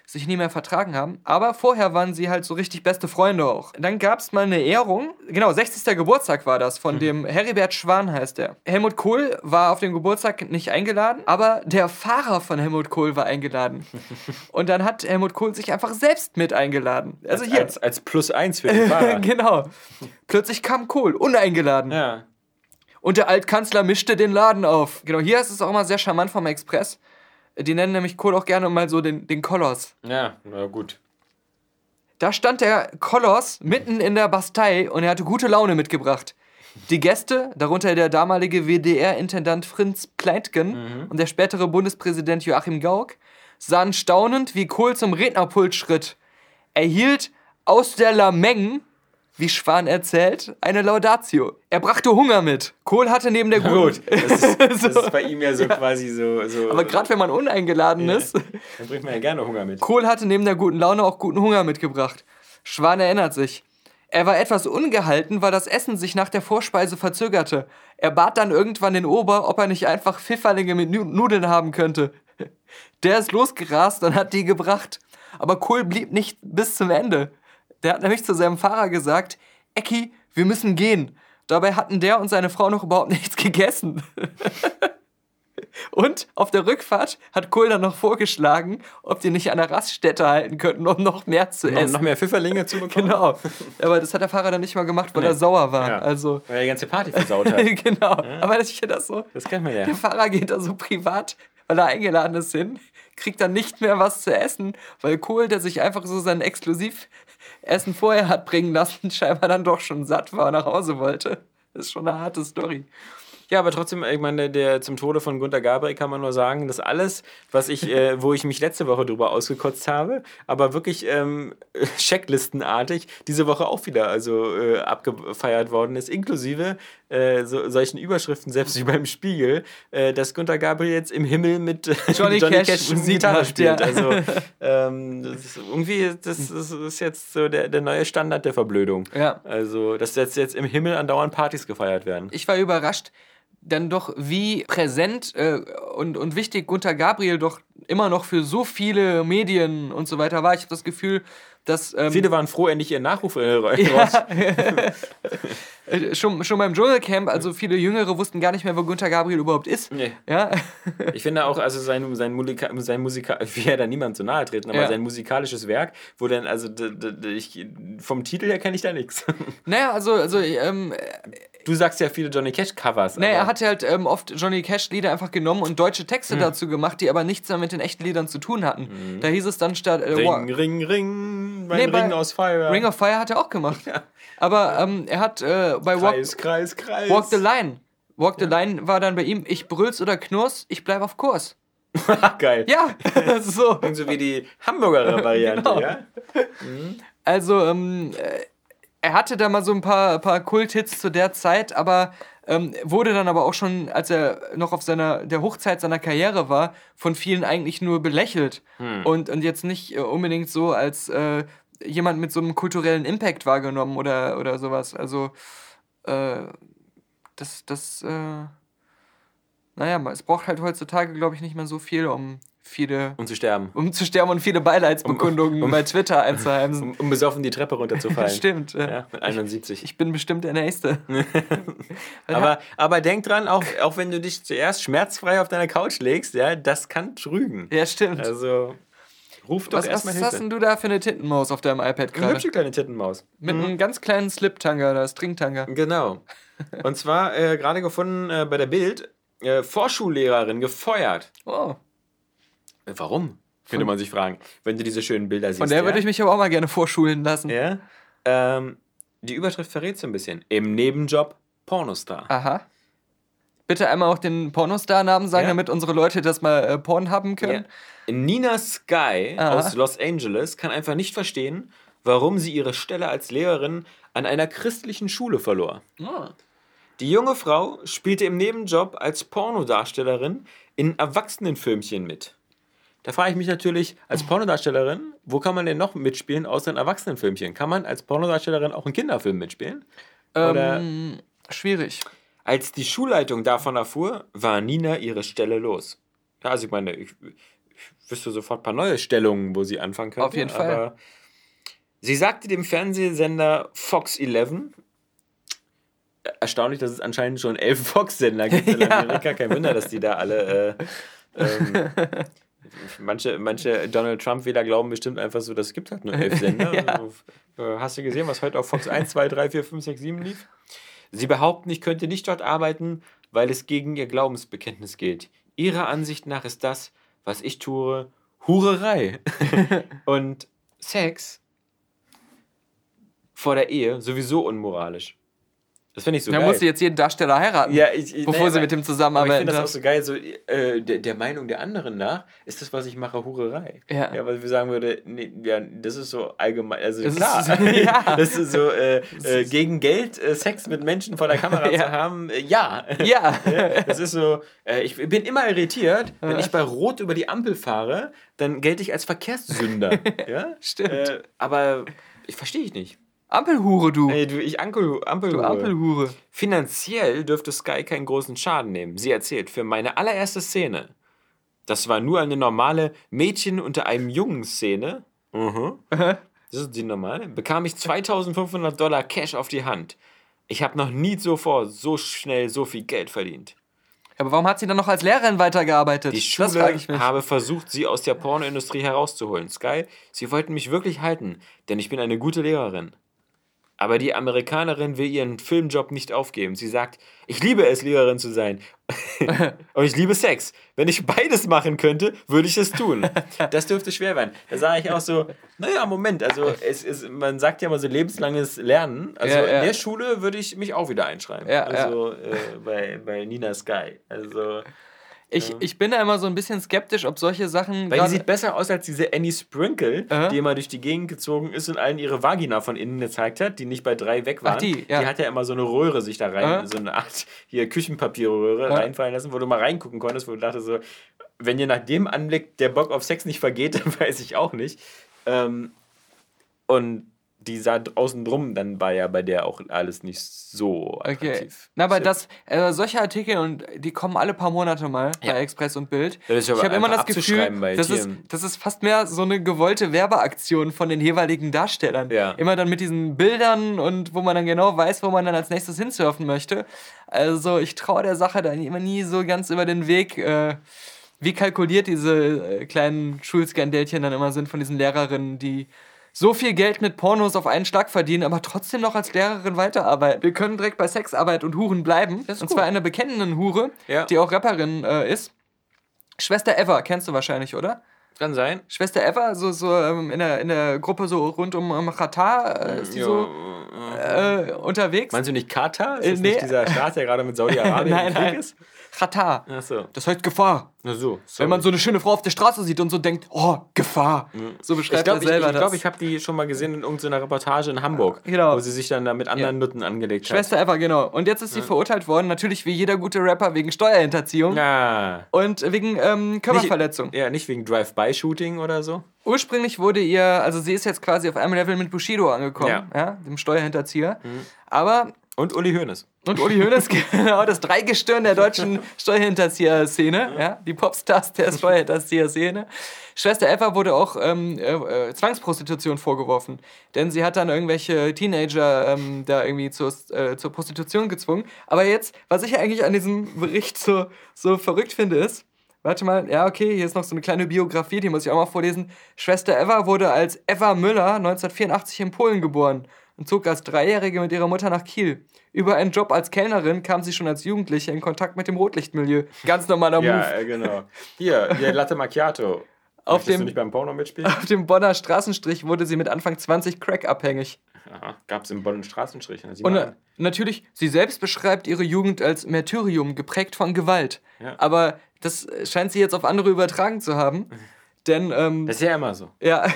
sich nie mehr vertragen haben. Aber vorher waren sie halt so richtig beste Freunde auch. Dann gab es mal eine Ehrung, genau, sechzigster Geburtstag war das, von dem Heribert Schwan heißt der. Helmut Kohl war auf dem Geburtstag nicht eingeladen, aber der Fahrer von Helmut Kohl war eingeladen. Und dann hat Helmut Kohl sich einfach selbst mit eingeladen. Also als, hier. Als, als Plus eins für den Fahrer. Genau. Plötzlich kam Kohl, uneingeladen. Ja. Und der Altkanzler mischte den Laden auf. Genau, hier ist es auch immer sehr charmant vom Express. Die nennen nämlich Kohl auch gerne mal so den, den Koloss. Ja, na gut. Da stand der Koloss mitten in der Bastei und er hatte gute Laune mitgebracht. Die Gäste, darunter der damalige W D R-Intendant Fritz Pleitgen mhm. und der spätere Bundespräsident Joachim Gauck, sahen staunend, wie Kohl zum Rednerpult schritt. Er hielt aus der Lameng, wie Schwan erzählt, eine Laudatio. Er brachte Hunger mit. Kohl hatte neben der guten... Gut, das ist, das so. ist bei ihm ja so ja. quasi so... so Aber gerade wenn man uneingeladen ja. ist... Dann bringt man ja gerne Hunger mit. Kohl hatte neben der guten Laune auch guten Hunger mitgebracht. Schwan erinnert sich. Er war etwas ungehalten, weil das Essen sich nach der Vorspeise verzögerte. Er bat dann irgendwann den Ober, ob er nicht einfach Pfifferlinge mit Nudeln haben könnte. Der ist losgerast und hat die gebracht. Aber Kohl blieb nicht bis zum Ende. Der hat nämlich zu seinem Fahrer gesagt, Ecki, wir müssen gehen. Dabei hatten der und seine Frau noch überhaupt nichts gegessen. Und auf der Rückfahrt hat Kohl dann noch vorgeschlagen, ob die nicht an der Raststätte halten könnten, um noch mehr zu noch, essen. Noch mehr Pfifferlinge zu bekommen? Genau. Aber das hat der Fahrer dann nicht mal gemacht, weil nee. er sauer war. Ja. Also, weil er die ganze Party versaut hat. Genau. Ja. Aber ich finde das so. Das kennt man ja. Der Fahrer geht da so privat, weil er eingeladen ist, hin, kriegt dann nicht mehr was zu essen, weil Kohl, der sich einfach so sein Exklusivessen vorher hat bringen lassen, scheinbar dann doch schon satt war und nach Hause wollte. Das ist schon eine harte Story. Ja, aber trotzdem, ich meine, der, zum Tode von Günter Gabriel kann man nur sagen, dass alles, was ich, äh, wo ich mich letzte Woche drüber ausgekotzt habe, aber wirklich ähm, checklistenartig diese Woche auch wieder also äh, abgefeiert worden ist, inklusive äh, so, solchen Überschriften, selbst wie beim Spiegel, äh, dass Günter Gabriel jetzt im Himmel mit äh, Johnny, Johnny Cash, Cash Musik Gitarre macht, spielt. ja. Also ähm, das ist irgendwie, das, das ist jetzt so der, der neue Standard der Verblödung. Ja. Also, dass jetzt, jetzt im Himmel andauernd Partys gefeiert werden. Ich war überrascht, dann doch, wie präsent äh, und, und wichtig Günter Gabriel doch immer noch für so viele Medien und so weiter war. Ich habe das Gefühl, dass... Ähm, Viele waren froh, endlich ihren Nachruf äh, ja. schon, schon beim Dschungelcamp, also viele Jüngere wussten gar nicht mehr, wo Günter Gabriel überhaupt ist. Nee. Ja? Ich finde auch, also sein, sein, Mulika, sein Musika, ich will ja da niemand so nahe treten, aber ja. sein musikalisches Werk, wo dann, also d, d, d, ich, vom Titel her kenne ich da nichts. Naja, also, also ähm, du sagst ja viele Johnny Cash-Covers. Naja, er hat halt ähm, oft Johnny Cash-Lieder einfach genommen und deutsche Texte mhm. dazu gemacht, die aber nichts mehr mit den echten Liedern zu tun hatten. Mhm. Da hieß es dann statt... Äh, Ring, Ring, Ring, mein nee, Ring aus Fire. Ring of Fire hat er auch gemacht. Ja. Aber ähm, er hat äh, bei Kreis, Walk, Kreis, Kreis. Walk the Line. Walk the ja. Line war dann bei ihm, ich brüll's oder knurr's, ich bleib auf Kurs. Geil. Ja, so. So wie die Hamburger Variante, genau. Ja? Mhm. Also, ähm, er hatte da mal so ein paar, paar Kulthits zu der Zeit, aber ähm, wurde dann aber auch schon, als er noch auf seiner der Hochzeit seiner Karriere war, von vielen eigentlich nur belächelt. Hm. Und, und jetzt nicht äh, unbedingt so als äh, jemand mit so einem kulturellen Impact wahrgenommen oder, oder sowas. Also, äh, das, das, äh, naja, es braucht halt heutzutage, glaube ich, nicht mehr so viel, um viele... Um zu sterben. Um zu sterben und viele Beileidsbekundungen um, um, bei Twitter einzuheimsen. Um, um besoffen die Treppe runterzufallen. Stimmt. Ja, mit einundsiebzig. Ich bin bestimmt der Nächste. aber, aber denk dran, auch, auch wenn du dich zuerst schmerzfrei auf deiner Couch legst, ja, das kann trügen. Ja, stimmt. Also... Ruf doch was erstmal Was Hilfe. hast denn du da für eine Tittenmaus auf deinem iPad gerade? Eine hübsche kleine Tittenmaus. Mit mhm. einem ganz kleinen Slip-Tanga, da String-Tanga. Genau. Und zwar äh, gerade gefunden äh, bei der Bild, äh, Vorschullehrerin gefeuert. Oh. Äh, warum? Könnte man sich fragen, wenn du diese schönen Bilder siehst. Von der ja? würde ich mich aber auch mal gerne vorschulen lassen. Ja. Ähm, die Überschrift verrät so ein bisschen. Im Nebenjob Pornostar. Aha. Bitte einmal auch den Pornostar-Namen sagen, ja. damit unsere Leute das mal äh, Porn haben können. Ja. Nina Sky Aha. aus Los Angeles kann einfach nicht verstehen, warum sie ihre Stelle als Lehrerin an einer christlichen Schule verlor. Oh. Die junge Frau spielte im Nebenjob als Pornodarstellerin in Erwachsenenfilmchen mit. Da frage ich mich natürlich, als Pornodarstellerin, wo kann man denn noch mitspielen außer in Erwachsenenfilmchen? Kann man als Pornodarstellerin auch in Kinderfilmen mitspielen? Oder ähm, schwierig. Als die Schulleitung davon erfuhr, war Nina ihre Stelle los. Ja, also ich meine, ich, ich wüsste sofort ein paar neue Stellungen, wo sie anfangen könnte. Auf jeden Fall. Aber sie sagte dem Fernsehsender Fox elf, erstaunlich, dass es anscheinend schon elf Fox-Sender gibt in Ja. Amerika. Kein Wunder, dass die da alle... Äh, ähm, manche, manche Donald Trump-Wähler glauben bestimmt einfach so, das gibt halt nur elf Sender. Ja. Also, äh, hast du gesehen, was heute auf Fox eins, zwei, drei, vier, fünf, sechs, sieben lief? Sie behaupten, ich könnte nicht dort arbeiten, weil es gegen ihr Glaubensbekenntnis geht. Ihrer Ansicht nach ist das, was ich tue, Hurerei. Und Sex vor der Ehe sowieso unmoralisch. Das finde ich so Dann geil. musst du jetzt jeden Darsteller heiraten, Ja, ich, ich, bevor nee, sie aber- mit dem aber ich zusammenarbeiten finde das auch darf. so geil, so äh, der, der Meinung der anderen nach ist das, was ich mache, Hurerei. Ja. Ja, weil wir sagen würde, nee, ja, das ist so allgemein, also Das klar, ist- ja. das ist so äh, äh, gegen Geld äh, Sex mit Menschen vor der Kamera Ja. zu haben, äh, ja. Ja. Ja, das ist so, äh, ich bin immer irritiert, wenn ich bei Rot über die Ampel fahre, dann gelte ich als Verkehrssünder. Ja? Stimmt. Äh, aber ich verstehe ich nicht. Ampelhure, du. Ey, du, ich Ankel, Ampelhure. Du Ampelhure. Finanziell dürfte Sky keinen großen Schaden nehmen. Sie erzählt, für meine allererste Szene, das war nur eine normale Mädchen unter einem Jungen-Szene, mhm. das ist die normale, bekam ich zweitausendfünfhundert Dollar Cash auf die Hand. Ich habe noch nie zuvor so schnell so viel Geld verdient. Aber warum hat sie dann noch als Lehrerin weitergearbeitet? Die das Schule frage ich mich. habe versucht, sie aus der Pornoindustrie herauszuholen. Sky, sie wollten mich wirklich halten, denn ich bin eine gute Lehrerin. Aber die Amerikanerin will ihren Filmjob nicht aufgeben. Sie sagt, ich liebe es, Lehrerin zu sein. Und ich liebe Sex. Wenn ich beides machen könnte, würde ich es tun. Das dürfte schwer werden. Da sage ich auch so, naja, Moment, also es ist, man sagt ja immer so lebenslanges Lernen. Also Ja, ja. in der Schule würde ich mich auch wieder einschreiben. Ja, also Äh, bei, bei Nina Sky. Also... Ich, ich bin da immer so ein bisschen skeptisch, ob solche Sachen. Weil die gerade- sieht besser aus als diese Annie Sprinkle, Aha. die immer durch die Gegend gezogen ist und allen ihre Vagina von innen gezeigt hat, die nicht bei drei weg waren. Ach, die, ja. die hat ja immer so eine Röhre sich da rein, Aha. so eine Art hier Küchenpapierröhre Aha. reinfallen lassen, wo du mal reingucken konntest, wo du dachtest so, wenn dir nach dem Anblick der Bock auf Sex nicht vergeht, dann weiß ich auch nicht. Ähm, und die sah außen drum, dann war ja bei der auch alles nicht so Okay. attraktiv. Na, aber So. das, äh, solche Artikel, und die kommen alle paar Monate mal Ja. bei Express und Bild. Das ist aber ich habe immer einfach das Gefühl, abzuschreiben bei das ist, Tieren. das ist fast mehr so eine gewollte Werbeaktion von den jeweiligen Darstellern. Ja. Immer dann mit diesen Bildern und wo man dann genau weiß, wo man dann als nächstes hinsurfen möchte. Also ich traue der Sache dann immer nie so ganz über den Weg, äh, wie kalkuliert diese äh, kleinen Schulskandälchen dann immer sind von diesen Lehrerinnen, die so viel Geld mit Pornos auf einen Schlag verdienen, aber trotzdem noch als Lehrerin weiterarbeiten. Wir können direkt bei Sexarbeit und Huren bleiben. Das ist Und gut. zwar einer bekennenden Hure, Ja. die auch Rapperin äh, ist. Schwester Eva, kennst du wahrscheinlich, oder? Kann sein. Schwester Eva, so, so ähm, in, der, in der Gruppe so rund um ähm, Katar äh, ist die Ja, so äh, unterwegs. Meinst du nicht Katar? Ist Äh, das nee. nicht dieser Staat, der gerade mit Saudi-Arabien Nein, im Krieg nein. ist? Katar. Ach so. Das heißt Gefahr. Na so. Wenn man so eine schöne Frau auf der Straße sieht und so denkt, oh, Gefahr. So Ich beschreibt glaube, er ich, selber ich, glaub, das. ich habe die schon mal gesehen in irgendeiner Reportage in Hamburg, Genau. wo sie sich dann da mit anderen Nutten angelegt Schwester Eva, genau. Und jetzt ist sie verurteilt worden, natürlich wie jeder gute Rapper, wegen Steuerhinterziehung hat. Ja. und wegen ähm, Körperverletzung. Ja, nicht wegen Drive-by-Shooting oder so. Ursprünglich wurde ihr, also sie ist jetzt quasi auf einem Level mit Bushido angekommen, Ja. ja, dem Steuerhinterzieher. Aber, Und Uli Hoeneß. und Uli Hoeneß, genau, das Dreigestirn der deutschen Steuerhinterzieher-Szene, ja, die Popstars der Steuerhinterzieher-Szene. Schwester Eva wurde auch ähm, äh, Zwangsprostitution vorgeworfen, denn sie hat dann irgendwelche Teenager ähm, da irgendwie zur, äh, zur Prostitution gezwungen. Aber jetzt, was ich eigentlich an diesem Bericht so, so verrückt finde, ist, warte mal, ja, okay, hier ist noch so eine kleine Biografie, die muss ich auch mal vorlesen. Schwester Eva wurde als Eva Müller neunzehnhundertvierundachtzig in Polen geboren und zog als Dreijährige mit ihrer Mutter nach Kiel. Über einen Job als Kellnerin kam sie schon als Jugendliche in Kontakt mit dem Rotlichtmilieu. Ganz normaler Ja, Move. äh, genau. Hier, hier Latte Macchiato. Auf Möchtest dem- du nicht beim Porno mitspielen? Auf dem Bonner Straßenstrich wurde sie mit Anfang zwanzig Crack abhängig. Aha, gab's im Bonn Straßenstrich. Na, sieh Und mal äh, an. natürlich, sie selbst beschreibt ihre Jugend als Märtyrium, geprägt von Gewalt. Ja. Aber das äh, scheint sie jetzt auf andere übertragen zu haben. Denn, ähm, Das ist ja immer so. ja.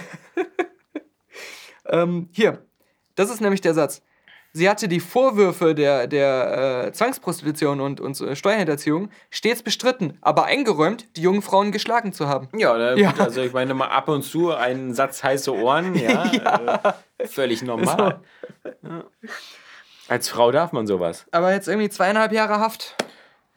ähm, hier, das ist nämlich der Satz. Sie hatte die Vorwürfe der, der äh, Zwangsprostitution und, und äh, Steuerhinterziehung stets bestritten, aber eingeräumt, die jungen Frauen geschlagen zu haben. Ja, na, Ja. Gut, also ich meine mal ab und zu einen Satz heiße Ohren, ja, Äh, völlig normal. Ja. Als Frau darf man sowas. Aber jetzt irgendwie zweieinhalb Jahre Haft.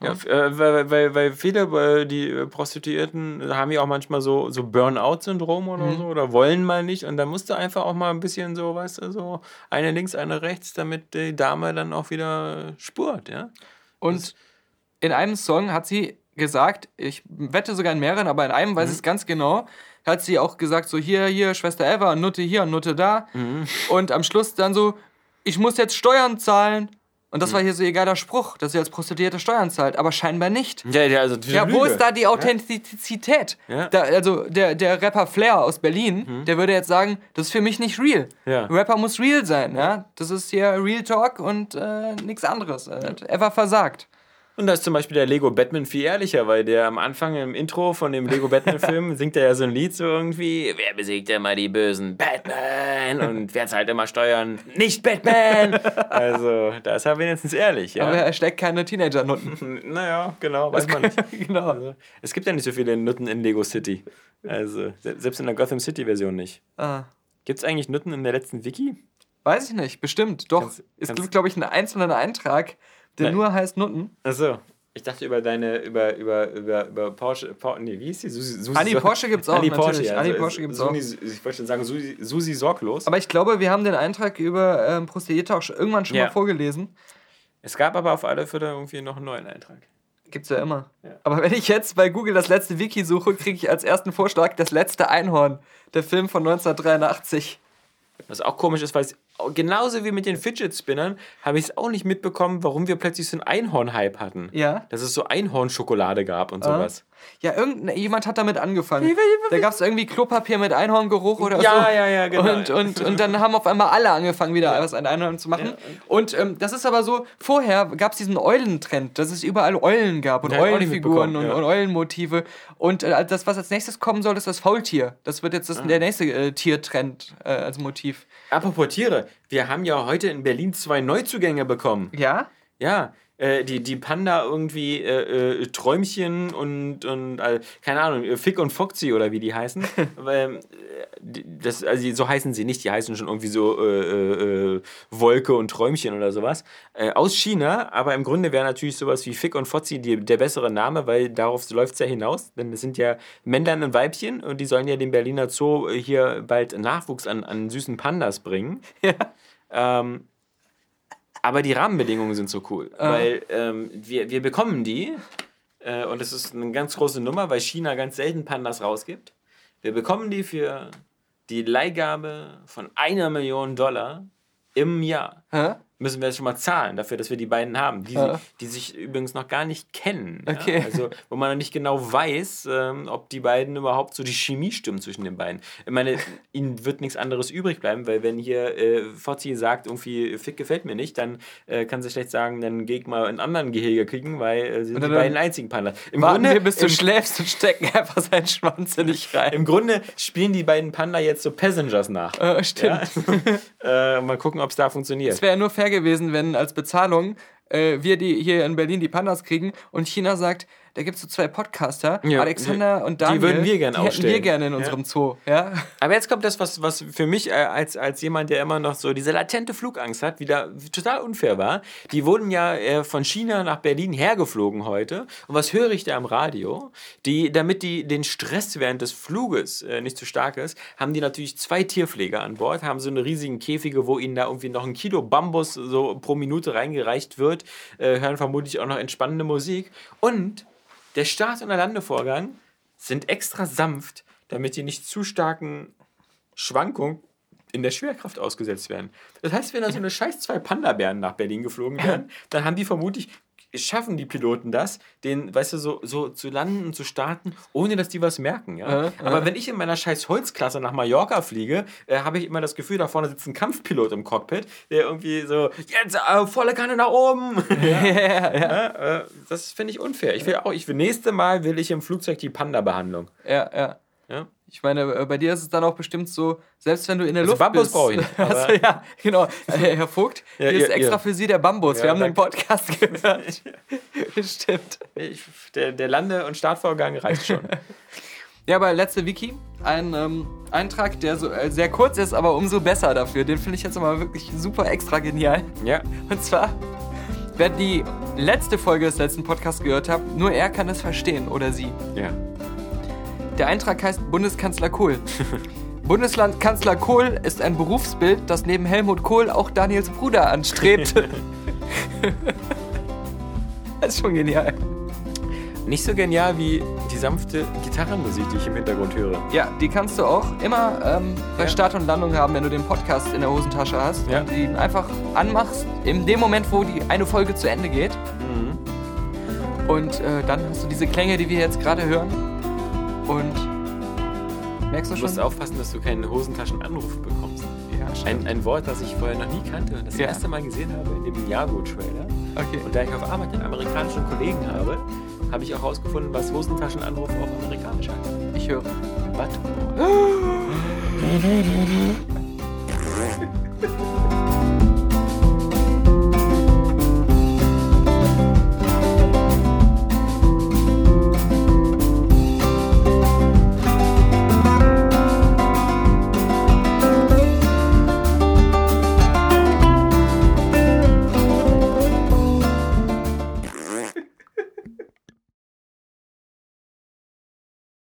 Ja, f- äh, weil, weil, weil viele, äh, die äh, Prostituierten haben ja auch manchmal so, so Burnout-Syndrom oder Mhm. so oder wollen mal nicht und dann musst du einfach auch mal ein bisschen so, weißt du, so eine links, eine rechts, damit die Dame dann auch wieder spurt, ja. Und in einem Song hat sie gesagt, ich wette sogar in mehreren, aber in einem weiß ich es ganz genau, hat sie auch gesagt, so hier, hier, Schwester Eva, Nutte hier und Nutte da. Und am Schluss dann so, ich muss jetzt Steuern zahlen. Und das war hier so ihr geiler Spruch, dass sie als Prostituierte Steuern zahlt, aber scheinbar nicht. Ja, ja, also Ja, wo ist da die Authentizität? Ja. Da, also der, der Rapper Flair aus Berlin, der würde jetzt sagen, das ist für mich nicht real. Ja. Rapper muss real sein, ja. Das ist hier Real Talk und äh, nichts anderes. Er hat Ever versagt. Und da ist zum Beispiel der Lego Batman viel ehrlicher, weil der am Anfang im Intro von dem Lego Batman-Film singt er ja so ein Lied so irgendwie, wer besiegt immer die Bösen? Batman! Und wer zahlt immer Steuern? Nicht Batman! Also, da ist er wenigstens ehrlich, ja. Aber er steckt keine Teenager-Nutten. Naja, genau, weiß man nicht. Genau. Also, es gibt ja nicht so viele Nutten in Lego City. Also, se- selbst in der Gotham City-Version nicht. Ah. Gibt es eigentlich Nutten in der letzten Wiki? Weiß ich nicht, bestimmt. Doch. Kannst- es kannst- gibt, glaube ich, einen einzelnen Eintrag, der Nein. nur heißt Nutten. Achso. Ich dachte über deine, über, über, über, über Porsche, Por, nee, wie hieß die? Susi, Susi Anni Sor- Porsche gibt's auch, Anni Porsche, natürlich. ja. Anni Also, Porsche gibt's Suni, Ich wollte schon sagen, Susi, Susi Sorglos. Aber ich glaube, wir haben den Eintrag über ähm, Prostituierte auch schon, irgendwann schon Ja. mal vorgelesen. Es gab aber auf alle Fälle irgendwie noch einen neuen Eintrag. Gibt's ja immer. Ja. Aber wenn ich jetzt bei Google das letzte Wiki suche, kriege ich als ersten Vorschlag das letzte Einhorn. Der Film von neunzehnhundertdreiundachtzig. Was auch komisch ist, weil es genauso wie mit den Fidget Spinnern habe ich es auch nicht mitbekommen, warum wir plötzlich so einen Einhorn-Hype hatten. Ja. Dass es so Einhornschokolade gab und sowas. Ja, irgendjemand hat damit angefangen. Da gab es irgendwie Klopapier mit Einhorngeruch oder Ja, so. ja, ja, genau. Und, und, und dann haben auf einmal alle angefangen, wieder was an Einhorn zu machen. und ähm, das ist aber so, vorher gab es diesen Eulentrend, dass es überall Eulen gab und Ja, hab ich auch nicht Eulenfiguren und, mitbekommen, ja. und Eulenmotive. Und äh, das, was als nächstes kommen soll, ist das Faultier. Das wird jetzt das, der nächste äh, Tiertrend äh, als Motiv. Apropos Tiere, wir haben ja heute in Berlin zwei Neuzugänge bekommen. Ja? Ja, äh, die, die Panda irgendwie äh, äh, Träumchen und, und äh, keine Ahnung, äh, Fick und Foxy oder wie die heißen. Weil, äh, die- das, also die- so heißen sie nicht, die heißen schon irgendwie so äh, äh, Wolke und Träumchen oder sowas. Äh, aus China, aber im Grunde wäre natürlich sowas wie Fick und Foxy die, der bessere Name, weil darauf läuft es ja hinaus. Denn es sind ja Männlein und Weibchen und die sollen ja dem Berliner Zoo äh, hier bald Nachwuchs an, an süßen Pandas bringen. Ja. Ähm, aber die Rahmenbedingungen sind so cool, weil ähm, wir, wir bekommen die äh, und es ist eine ganz große Nummer, weil China ganz selten Pandas rausgibt. Wir bekommen die für die Leihgabe von einer Million Dollar im Jahr. Hä? Müssen wir jetzt schon mal zahlen dafür, dass wir die beiden haben, die, Ja. die sich übrigens noch gar nicht kennen. Okay. Ja? Also, wo man noch nicht genau weiß, ähm, ob die beiden überhaupt so die Chemie stimmt zwischen den beiden. Ich meine, ihnen wird nichts anderes übrig bleiben, weil wenn hier äh, Fozzi sagt, irgendwie Fick gefällt mir nicht, dann äh, kann sie schlecht sagen, dann geh ich mal in einen anderen Gehege kicken, weil äh, sie sind Und die dann- beiden einzigen Pandas. Im Warten Grunde, wir, bis du im, schläfst und stecken einfach seinen Schwanz in dich rein. im Grunde spielen die beiden Panda jetzt so Passengers nach. Äh, stimmt. Ja? äh, mal gucken, ob es da funktioniert. Es wäre ja nur fair gewesen, wenn als Bezahlung äh, wir die hier in Berlin die Pandas kriegen und China sagt, da gibt es so zwei Podcaster, Ja, Alexander die- und die Daniel. würden wir gern die hätten ausstellen. wir gerne in Ja. unserem Zoo. Ja? Aber jetzt kommt das, was, was für mich äh, als, als jemand, der immer noch so diese latente Flugangst hat, wieder total unfair war. Die wurden ja äh, von China nach Berlin hergeflogen heute. Und was höre ich da am Radio? Die, damit die den Stress während des Fluges äh, nicht zu stark ist, haben die natürlich zwei Tierpfleger an Bord, haben so eine riesigen Käfige, wo ihnen da irgendwie noch ein Kilo Bambus so pro Minute reingereicht wird, äh, hören vermutlich auch noch entspannende Musik. Und der Start- und der Landevorgang sind extra sanft, damit die nicht zu starken Schwankungen in der Schwerkraft ausgesetzt werden. Das heißt, wenn da so eine scheiß zwei Panda-Bären nach Berlin geflogen werden, dann haben die vermutlich, schaffen die Piloten das, den, weißt du, so, so zu landen und zu starten, ohne dass die was merken. Ja? Äh, Aber äh. wenn ich in meiner scheiß Holzklasse nach Mallorca fliege, äh, habe ich immer das Gefühl, da vorne sitzt ein Kampfpilot im Cockpit, der irgendwie so, jetzt äh, volle Kanne nach oben. ja? ja, ja. Ja, äh, das finde ich unfair. Ich will auch, ich will nächste Mal will ich im Flugzeug die Panda-Behandlung. ja, ja. Ja? Ich meine, äh, bei dir ist es dann auch bestimmt so, selbst wenn du in der Also Luft Bambus bist. brauche ich nicht, Also, aber- ja, genau. Äh, Herr Vogt, Ja, hier ist ihr- extra ihr- für Sie der Bambus. Ja, Wir haben den danke. Podcast gehört. Stimmt. Ich, der, der Lande- und Startvorgang reicht schon. Ja, aber letzte Wiki, ein ähm, Eintrag, der so äh, sehr kurz ist, aber umso besser dafür. Den finde ich jetzt mal wirklich super extra genial. Ja. Und zwar wer die letzte Folge des letzten Podcasts gehört hat, nur er kann es verstehen oder sie. Ja. Der Eintrag heißt Bundeskanzler Kohl. Bundeskanzler Kohl ist ein Berufsbild, das neben Helmut Kohl auch Daniels Bruder anstrebt. Das ist schon genial. Nicht so genial wie die sanfte Gitarrenmusik, die ich im Hintergrund höre. Ja, die kannst du auch immer ähm, bei Ja. Start und Landung haben, wenn du den Podcast in der Hosentasche hast. Ja. Und die einfach anmachst, in dem Moment, wo die eine Folge zu Ende geht. Mhm. Und äh, dann hast du diese Klänge, die wir jetzt gerade hören. Und merkst du Du schon? musst aufpassen, dass du keinen Hosentaschenanruf bekommst. Ja, Ein, ein Wort, das ich vorher noch nie kannte und das Ja. erste Mal gesehen habe in dem Jago-Trailer. Okay. Und da ich auf Arbeit einen amerikanischen Kollegen habe, habe ich auch herausgefunden, was Hosentaschenanruf auf amerikanisch heißt. Ich höre. Butt.